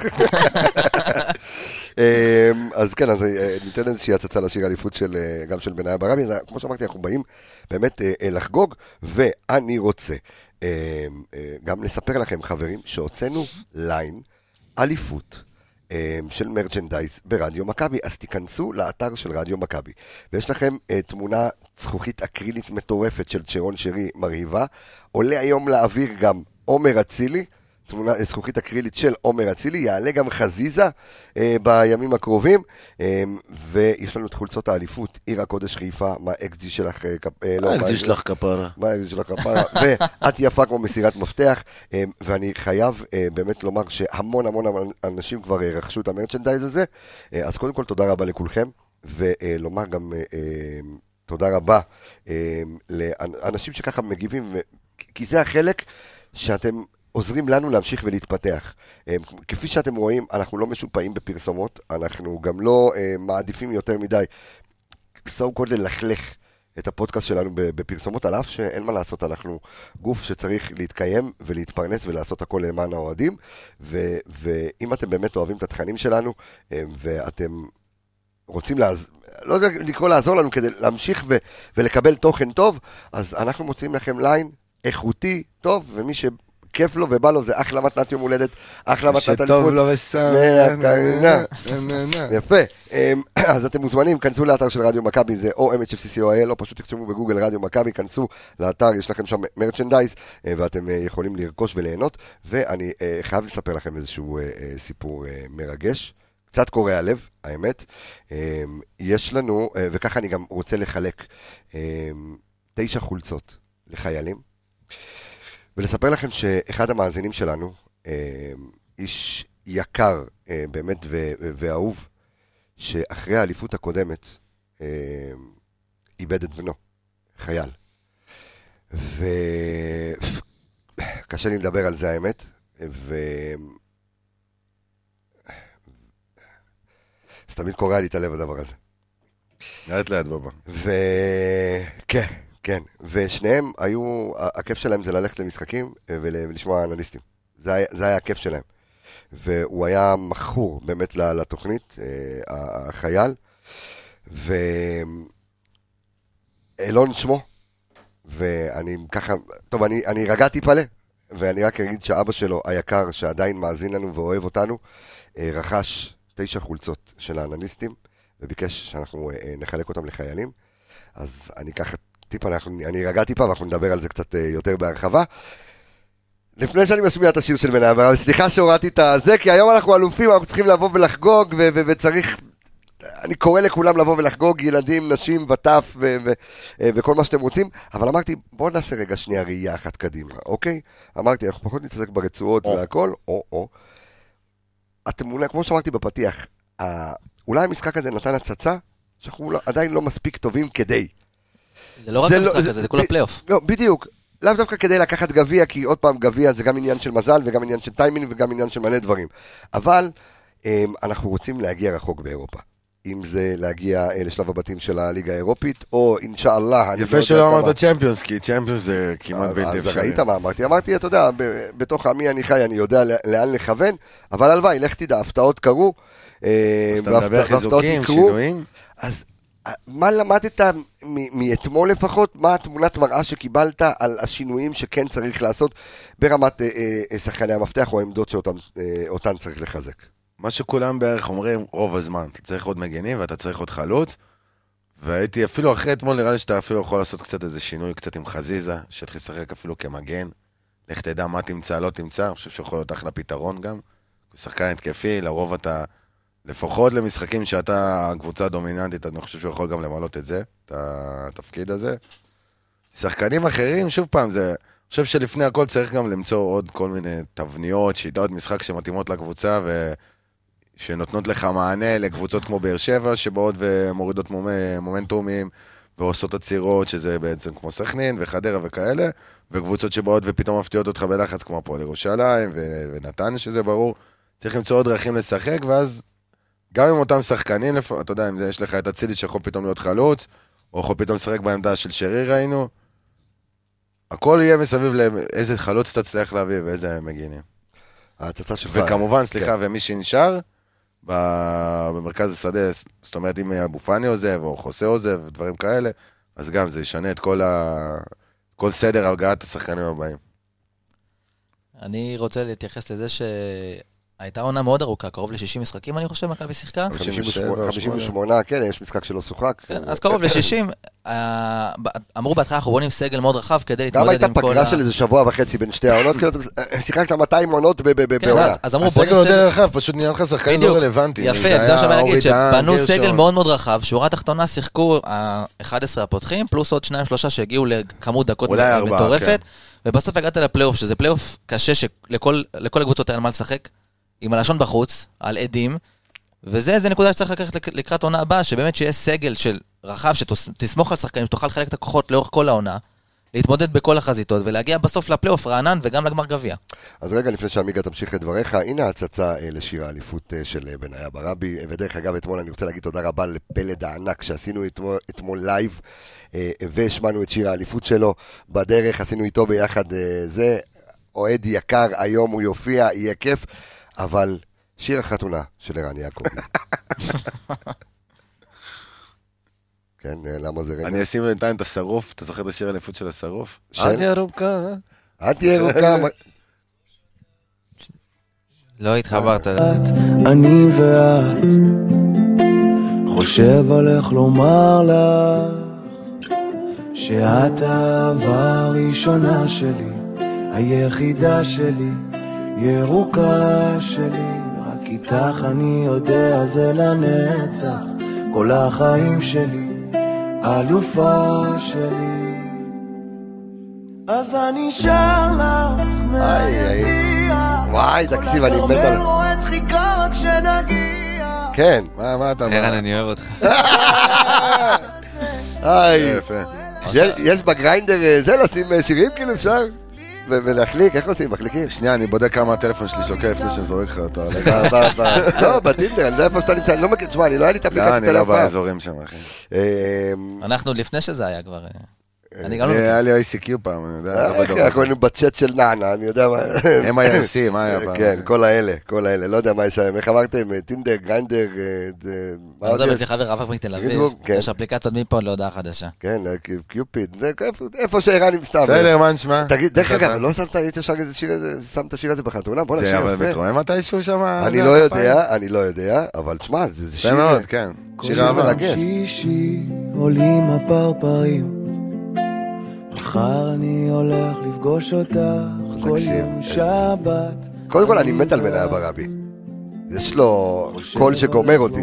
אז כן, אז ניתן איזושהי הצצה לשיר האליפות של, גם של בניה ברבי, אז כמו שאמרתי, אנחנו באים באמת לחגוג, ואני רוצה גם לספר לכם, חברים, שהוצאנו ליין אליפות של מרצ'נדייז ברדיו מכבי, אז תיכנסו לאתר של רדיו מכבי, ויש לכם תמונה זכוכית אקרילית מטורפת של צ'רון שרי מרהיבה, עולה היום לאוויר גם עומר אצילי, תמונה זכוכית אקרילית של עומר אצילי, יעלה גם חזיזה אה, בימים הקרובים, אה, ויש לנו את חולצות האליפות, עיר הקודש חיפה, מה אקס ג'י שלך, אה, כפ- אה, לא, אה, מה זה יש לך כפרה. מה אקס ג'י שלך כפרה, ואת יפה כמו מסירת מפתח, אה, ואני חייב אה, באמת לומר שהמון המון המון אנשים כבר אה, רכשו את המרצ'נדייז הזה, אה, אז קודם כל תודה רבה לכולכם, ולומר גם אה, אה, תודה רבה אה, לאנשים שככה מגיבים, ו- כי זה החלק שאתם עוזרים לנו להמשיך ולהתפתח. כפי שאתם רואים, אנחנו לא משופעים בפרסומות, אנחנו גם לא מעדיפים יותר מדי, סו קוד ללכלך את הפודקאסט שלנו בפרסומות, על אף שאין מה לעשות, אנחנו גוף שצריך להתקיים ולהתפרנס ולעשות הכל למען האוהדים, ו- ואם אתם באמת אוהבים את התכנים שלנו, ואתם רוצים לעז... לא יודע לקרוא לעזור לנו כדי להמשיך ו- ולקבל תוכן טוב, אז אנחנו מוצאים לכם ליין איכותי, טוב, ומי ש... כיף לו ובא לו, זה אחלה מתנת יום הולדת, אחלה מתנת אליפות. שטוב לו וסם. יפה. אז אתם מוזמנים, כנסו לאתר של רדיו מכבי, זה או אם אייץ' אף סי סי או איי אל, או פשוט תכתבו בגוגל רדיו מכבי, כנסו לאתר, יש לכם שם מרצ'נדייז, ואתם יכולים לרכוש וליהנות, ואני חייב לספר לכם איזשהו סיפור מרגש, קצת קורע לב, האמת. יש לנו, וככה אני גם רוצה לחלק, תשע חולצות לחיילים, ולספר לכם שאחד המאזינים שלנו, איש יקר באמת ואהוב, שאחרי האליפות הקודמת, איבד את בנו, חייל. וקשה לי לדבר על זה האמת, ו... אז תמיד קורא לי את הלב הדבר הזה. לאט לאט בבא. וכן, כן, ושניהם היו, הכיף שלהם זה ללכת למשחקים ולשמוע אנליסטים. זה היה, זה היה הכיף שלהם. והוא היה מכור באמת לתוכנית, החייל, ואלון שמו, ואני ככה, טוב, אני, אני רגעתי פלא, ואני רק אגיד שאבא שלו היקר, שעדיין מאזין לנו ואוהב אותנו, רכש תשע חולצות של האנליסטים, וביקש שאנחנו נחלק אותם לחיילים. אז אני ככה טיפה, אני רגע טיפה, ואנחנו נדבר על זה קצת יותר בהרחבה. לפני שאני מסביע את השיר של בניה, אבל סליחה שהורדתי את זה, כי היום אנחנו אלופים, אנחנו צריכים לבוא ולחגוג, ו- ו- וצריך, אני קורא לכולם לבוא ולחגוג, ילדים, נשים, וטף, ו- ו- וכל מה שאתם רוצים, אבל אמרתי, בואו נעשה רגע שנייה ראייה אחת קדימה, אוקיי? אמרתי, אנחנו פחות נתעסק ברצועות או. והכל, או, או. אתם אולי, כמו שאמרתי בפתיח, אולי המשחק הזה נתן הצצה, שאנחנו עדיין לא מספיק טובים כדי. זה לא רק המשחק הזה, זה, זה כל הפלייאוף. לא, בדיוק. לאו דווקא כדי לקחת גביע, כי עוד פעם גביע זה גם עניין של מזל, וגם עניין של טיימינג, וגם עניין של מלא דברים. אבל אנחנו רוצים להגיע רחוק באירופה. אם זה להגיע לשלב הבתים של הליגה האירופית, או אינשאללה... יפה שלא אמרת צ'מפיונס, כי צ'מפיונס זה כמעט בלתי אפשרי. אז ראית מה אמרתי? אמרתי, אתה יודע, בתוך עמי אני חי, אני יודע לאן לכוון, אבל הלוואי, לך תדע, הפתעות קרו, אז אתה מדבר חיזוקים, שינויים? אז מה למדת מאתמול לפחות, מה התמונת מראה שקיבלת על השינויים שכן צריך לעשות ברמת שחקני המפתח או העמדות שאותן צריך לחזק? מה שכולם בערך אומרים רוב הזמן, אתה צריך עוד מגנים ואתה צריך עוד חלוץ, והייתי אפילו אחרי אתמול נראה לי שאתה אפילו יכול לעשות קצת איזה שינוי קצת עם חזיזה, שתחיל לשחק אפילו כמגן, לך תדע מה תמצא, לא תמצא, אני חושב שיכול להיות אחלה פתרון גם, שחקן התקפי, לרוב אתה, לפחות למשחקים שאתה הקבוצה הדומיננטית, אני חושב שהוא יכול גם למלות את זה, את התפקיד הזה. שחקנים אחרים, שוב פעם, זה, אני חושב שלפני הכל צריך גם למצוא עוד כל מיני תבניות, שיטות משחק שמתאימות לקבוצה, ו... שנותנות לך מענה לקבוצות כמו באר שבע, שבאות ומורידות מומנטומים, ועושות עצירות, שזה בעצם כמו סכנין וחדרה וכאלה, וקבוצות שבאות ופתאום מפתיעות אותך בלחץ, כמו פה לירושלים ונתן, שזה ברור. צריך למצוא עוד דרכים לשחק, ואז גם עם אותם שחקנים, אתה יודע, אם יש לך את הצילי שיכול פתאום להיות חלוץ, או יכול פתאום לשחק בעמדה של שרי ראינו, הכל יהיה מסביב לאיזה חלוץ תצליח להביא ואיזה מגינים. וכמובן, סליחה, ומי שנשאר, במרכז השדה, זאת אומרת, אם אבו פאני עוזב, או חוסה עוזב, ודברים כאלה, אז גם זה ישנה את כל, ה... כל סדר הגעת השחקנים הבאים. אני רוצה להתייחס לזה שהייתה עונה מאוד ארוכה, קרוב ל-שישים משחקים, אני חושב, מכבי שיחקה. חמישים ושמונה, כן, יש משחק שלא שוחק. אז קרוב ל-שישים, אמרו בהתחלה, אנחנו בונים סגל מאוד רחב כדי להתמודד עם כל ה... גם הייתה פגרה של איזה שבוע וחצי בין שתי העונות, שיחקת מאתיים עונות בעונה. הסגל עוד רחב, פשוט נהיה לך שחקנים לא רלוונטיים. יפה, זה עכשיו אני אגיד, שבנו סגל מאוד מאוד רחב, שורה תחתונה שיחקו ה-אחד עשר הפותחים, פלוס עוד שניים שלושה שהגיעו לכמות דקות מטורפת, ובסוף הגעת לפלייאוף, שזה פלייאוף קשה שלכל הקבוצות היה מה לשחק, עם הלשון בחוץ, על עדים, וזה איזה נקודה שצריך לקחת לקראת עונה הבאה, שבאמת שיהיה סגל של רחב, שתסמוך על שחקנים, שתוכל לחלק את הכוחות לאורך כל העונה, להתמודד בכל החזיתות, ולהגיע בסוף לפלייאוף רענן וגם לגמר גביע. אז רגע לפני שעמיגה תמשיך את דבריך, הנה הצצה לשיר האליפות של בניה ברבי, ודרך אגב אתמול אני רוצה להגיד תודה רבה לפלד הענק שעשינו אתמול, אתמול לייב, והשמענו את שיר האליפות שלו, בדרך עשינו איתו ביחד זה, אוהד יקר, היום הוא יופיע, יהיה כיף, אבל שיר החתונה של ערן יעקב. כן, למה זה רגע? אני אשים בינתיים את השרוף, אתה זוכר את השיר האליפות של השרוף? את ירוקה. את ירוקה. לא התחברת. אני ואת חושב עליך לומר לך שאת האהבה הראשונה שלי, היחידה שלי, ירוקה שלי, רק איתך אני יודע זה לנצח, כל החיים שלי, אלופה שלי. אז אני שר לך מהיציאה. וואי, תקשיב, אני מת על... מועד חיכה רק שנגיע. כן. מה, מה אתה... ערן, אני אוהב אותך. היי. יפה. יש בגריינדר זה לשים שירים כאילו אפשר? ולהחליק, איך עושים? מחליקים? שנייה, אני בודק כמה הטלפון שלי שוקל לפני שזורק לך אותו. לא, בטינדר, אני לא יודע איפה שאתה נמצא, אני לא מכיר, תשמע, אני לא היה לי את אפליקציית לא, אני לא באזורים שם, אחי. אנחנו לפני שזה היה כבר... אני גם לא... היה לי איי סי קיו פעם, אני יודע. איך אנחנו היינו בצ'אט של נענה, אני יודע מה... אם איי אר סי, מה היה פעם? כן, כל האלה, כל האלה, לא יודע מה יש שם, איך אמרתם, טינדר, גריינדר, מה עוד זה יש? יש לי חבר אבק מתל אביב, כן. יש אפליקציות מפה להודעה חדשה. כן, קיופיד, איפה שערנים סתם. בסדר, מה נשמע? תגיד, דרך אגב, לא שמת את השיר הזה, שמת השיר הזה בחתונה, בוא נשאיר זה יפה. אבל מתרומם מתישהו שם? אני לא יודע, אני לא יודע, אבל תשמע, זה שיר... זה מאוד, כן. שיר אהבה. מרגש. שישי עולים הפרפרים, מחר אני הולך לפגוש אותך כל יום שבת. קודם כל אני מת על מניה ברבי, יש לו קול שגומר אותי.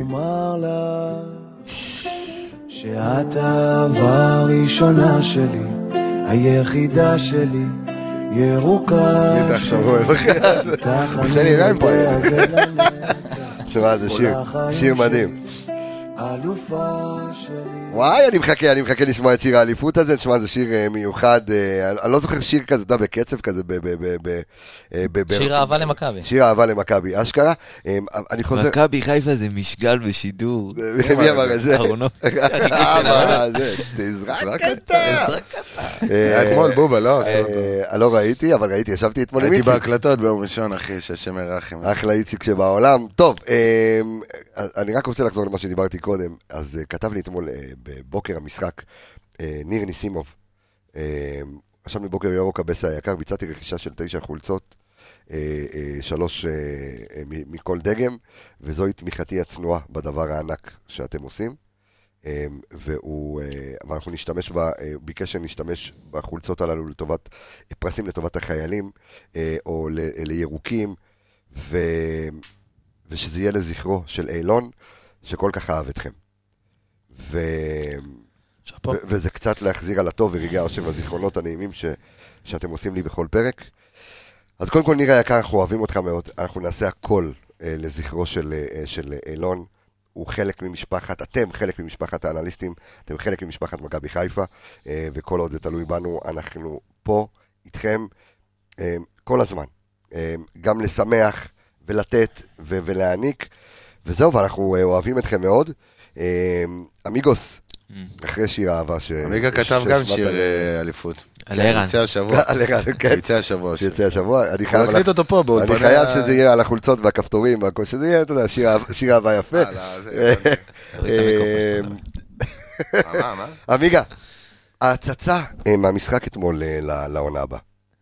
שאת האהבה הראשונה שלי, היחידה שלי, ירוקה אני עכשיו אוהב אחד. הוא עושה לי עיניים פה. תשמע, זה שיר, שיר מדהים. אלופה שלי. וואי, אני מחכה, אני מחכה לשמוע את שיר האליפות הזה, תשמע, זה שיר מיוחד, אני לא זוכר שיר כזה, אתה יודע, בקצב כזה, שיר אהבה למכבי. שיר אהבה למכבי, אשכרה, אני חוזר... מכבי חיפה זה משגל בשידור. מי אמר את זה? ארונו. אבא, זה, תזרק אתה. אתמול בובה, לא? אני לא ראיתי, אבל ראיתי, ישבתי אתמול עם הייתי איציק. בהקלטות ביום ראשון, אחי, שהשם ירחם. אחלה איציק שבעולם. טוב, אני רק רוצה לחזור למה שדיברתי קודם, אז כתב לי אתמול בבוקר המשחק, ניר ניסימוב, עכשיו מבוקר ירוק הבסה היקר, ביצעתי רכישה של תשע חולצות, שלוש מכל דגם, וזוהי תמיכתי הצנועה בדבר הענק שאתם עושים, והוא, ואנחנו נשתמש, ביקש שנשתמש בחולצות הללו לטובת, פרסים לטובת החיילים, או לירוקים, ו... ושזה יהיה לזכרו של אילון, שכל כך אהב אתכם. ו... ו... וזה קצת להחזיר על הטוב ורגעי האושר והזיכרונות הנעימים ש... שאתם עושים לי בכל פרק. אז קודם כל נראה יקר, אנחנו אוהבים אותך מאוד, אנחנו נעשה הכל אה, לזכרו של, אה, של אילון, הוא חלק ממשפחת, אתם חלק ממשפחת האנליסטים, אתם חלק ממשפחת מכבי חיפה, אה, וכל עוד זה תלוי בנו, אנחנו פה איתכם אה, כל הזמן, אה, גם לשמח ולתת ו- ולהעניק, וזהו, ואנחנו אוהבים אתכם מאוד. אמיגוס, אחרי שיר אהבה ש... אמיגה כתב גם שיר אליפות. על ערן. יצא השבוע. על ערן, כן. יצא השבוע. שיצא השבוע. אני הוא הקליט אותו פה באולפני... אני חייב שזה יהיה על החולצות והכפתורים, והכל שזה יהיה, אתה יודע, שיר אהבה יפה. מה, מה? אמיגה, ההצצה מהמשחק אתמול לעונה הבאה.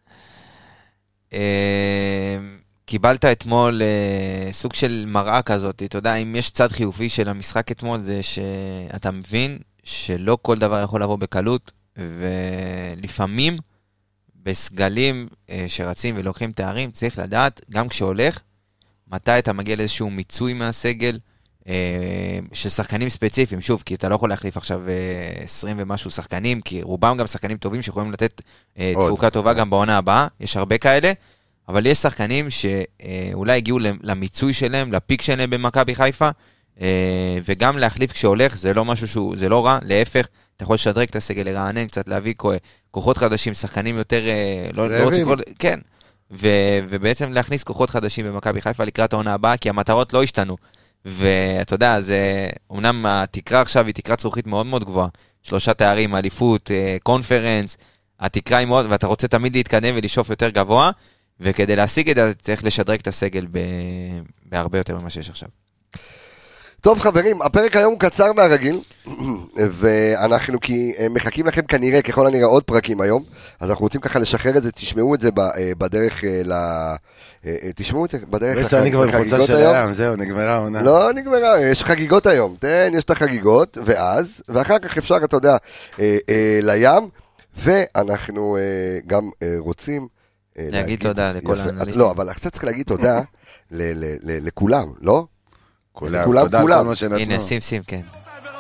קיבלת אתמול אה, סוג של מראה כזאת, אתה יודע, אם יש צד חיובי של המשחק אתמול, זה שאתה מבין שלא כל דבר יכול לבוא בקלות, ולפעמים בסגלים אה, שרצים ולוקחים תארים, צריך לדעת, גם כשהולך, מתי אתה מגיע לאיזשהו מיצוי מהסגל, אה, של שחקנים ספציפיים, שוב, כי אתה לא יכול להחליף עכשיו אה, עשרים ומשהו שחקנים, כי רובם גם שחקנים טובים שיכולים לתת אה, תפוקה טובה גם בעונה הבאה, יש הרבה כאלה, אבל יש שחקנים שאולי הגיעו למיצוי שלהם, לפיק שלהם במכבי חיפה, וגם להחליף כשהולך, זה לא משהו שהוא, זה לא רע, להפך, אתה יכול לשדרג את הסגל, לרענן, קצת להביא כוחות חדשים, שחקנים יותר, לא, לא רוצה כל, כן, ו, ובעצם להכניס כוחות חדשים במכבי חיפה לקראת העונה הבאה, כי המטרות לא השתנו, ואתה יודע, זה, אמנם התקרה עכשיו היא תקרת זכוכית מאוד מאוד גבוהה, שלושה תארים, אליפות, קונפרנס, התקרה היא מאוד, ואתה רוצה תמיד להתקדם ולשאוף יותר גבוה, וכדי להשיג את זה, צריך לשדרג את הסגל בהרבה יותר ממה שיש עכשיו. טוב חברים, הפרק היום קצר מהרגיל, ואנחנו כי מחכים לכם כנראה, ככל הנראה עוד פרקים היום, אז אנחנו רוצים ככה לשחרר את זה, תשמעו את זה בדרך ל... תשמעו את זה בדרך לחגיגות היום. אני כבר עם חולצה של הים, זהו, נגמרה העונה. לא נגמרה, יש חגיגות היום, תן, יש את החגיגות, ואז, ואחר כך אפשר, אתה יודע, לים, ואנחנו גם רוצים... להגיד תודה לכל האנליסטים. לא, אבל קצת צריך להגיד תודה לכולם, לא? כולם, תודה על כל מה שנתנו. הנה, שים שים, כן.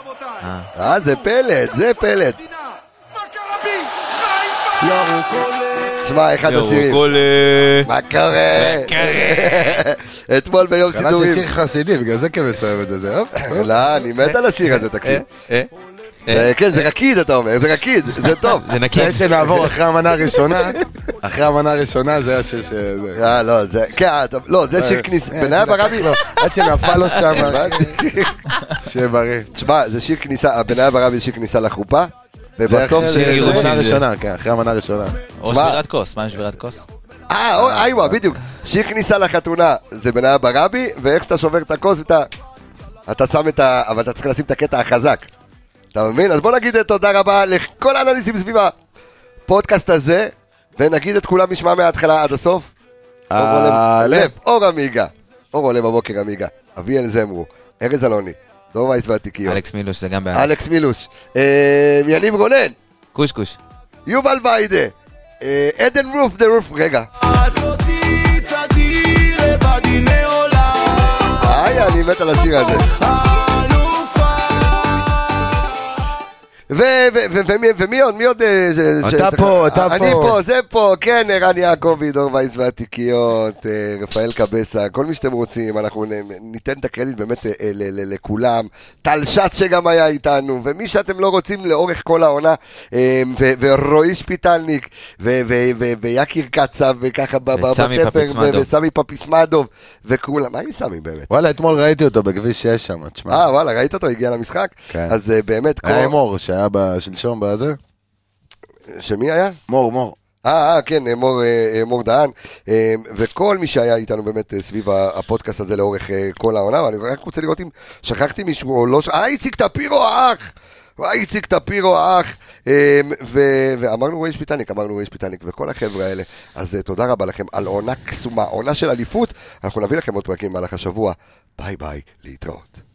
אה, זה פלט, זה פלט. ירוק עולה תשמע, אחד השירים. מה קורה? אתמול ביום סידורים. חלה ששיר חסידי, בגלל זה כבש אוהב את זה, זה לא, אני מת על השיר הזה, תקשיב. כן, זה רקיד, אתה אומר, זה רקיד, זה טוב. זה נקי. זה שנעבור אחרי המנה הראשונה, אחרי המנה הראשונה זה השיר ש... אה, לא, זה... כן, לא, זה שיר כניסה. בניה ברבי... עד שנפל לו שם, שיהיה בריא. תשמע, זה שיר כניסה, בניה ברבי זה שיר כניסה לחופה, ובסוף שיר זה גירושים. המנה הראשונה, כן, אחרי המנה הראשונה. או שבירת כוס, מה עם שבירת כוס? אה, איווה, בדיוק. שיר כניסה לחתונה זה בניה ברבי, ואיך שאתה שובר את הכוס ואתה... אתה שם את ה... אבל אתה צריך לשים את הקטע החזק. אתה מבין? אז בוא נגיד תודה רבה לכל האנליסטים סביב הפודקאסט הזה, ונגיד את כולם נשמע מההתחלה עד הסוף. לב, אור עמיגה, אור עולה בבוקר עמיגה, אביאל זמרו, ארז אלוני, דור וייס והתיקיות. אלכס מילוש, זה גם בעד. אלכס מילוש, יניב רונן. קוש קוש. יובל ויידה, עדן רוף, דה רוף, רגע. היי, אני מת על השיר הזה. ומי עוד? מי עוד? אתה פה, אתה פה. אני פה, זה פה, כן, ערן יעקבי, דור וייס והתיקיות, רפאל קבסה, כל מי שאתם רוצים, אנחנו ניתן את הקרדיט באמת לכולם, טל שץ שגם היה איתנו, ומי שאתם לא רוצים לאורך כל העונה, ורועי שפיטלניק, ויקיר קצב, וככה בטפר, וסמי פפיסמדוב, וכולם, מה עם סמי באמת? וואלה, אתמול ראיתי אותו בכביש שש שם, תשמע. אה, וואלה, ראית אותו? הגיע למשחק? כן. אז באמת... היה מור, שהיה בשלשום בזה. שמי היה? מור, מור. אה, כן, מור, מור דהן, וכל מי שהיה איתנו באמת סביב הפודקאסט הזה לאורך כל העונה, ואני רק רוצה לראות אם שכחתי מישהו או לא, אה, איציק טפירו האח, איציק טפירו האח, ואמרנו רועי שפיטלניק, אמרנו רועי שפיטלניק, וכל החבר'ה האלה, אז תודה רבה לכם על עונה קסומה, עונה של אליפות, אנחנו נביא לכם עוד פרקים במהלך השבוע, ביי ביי, להתראות.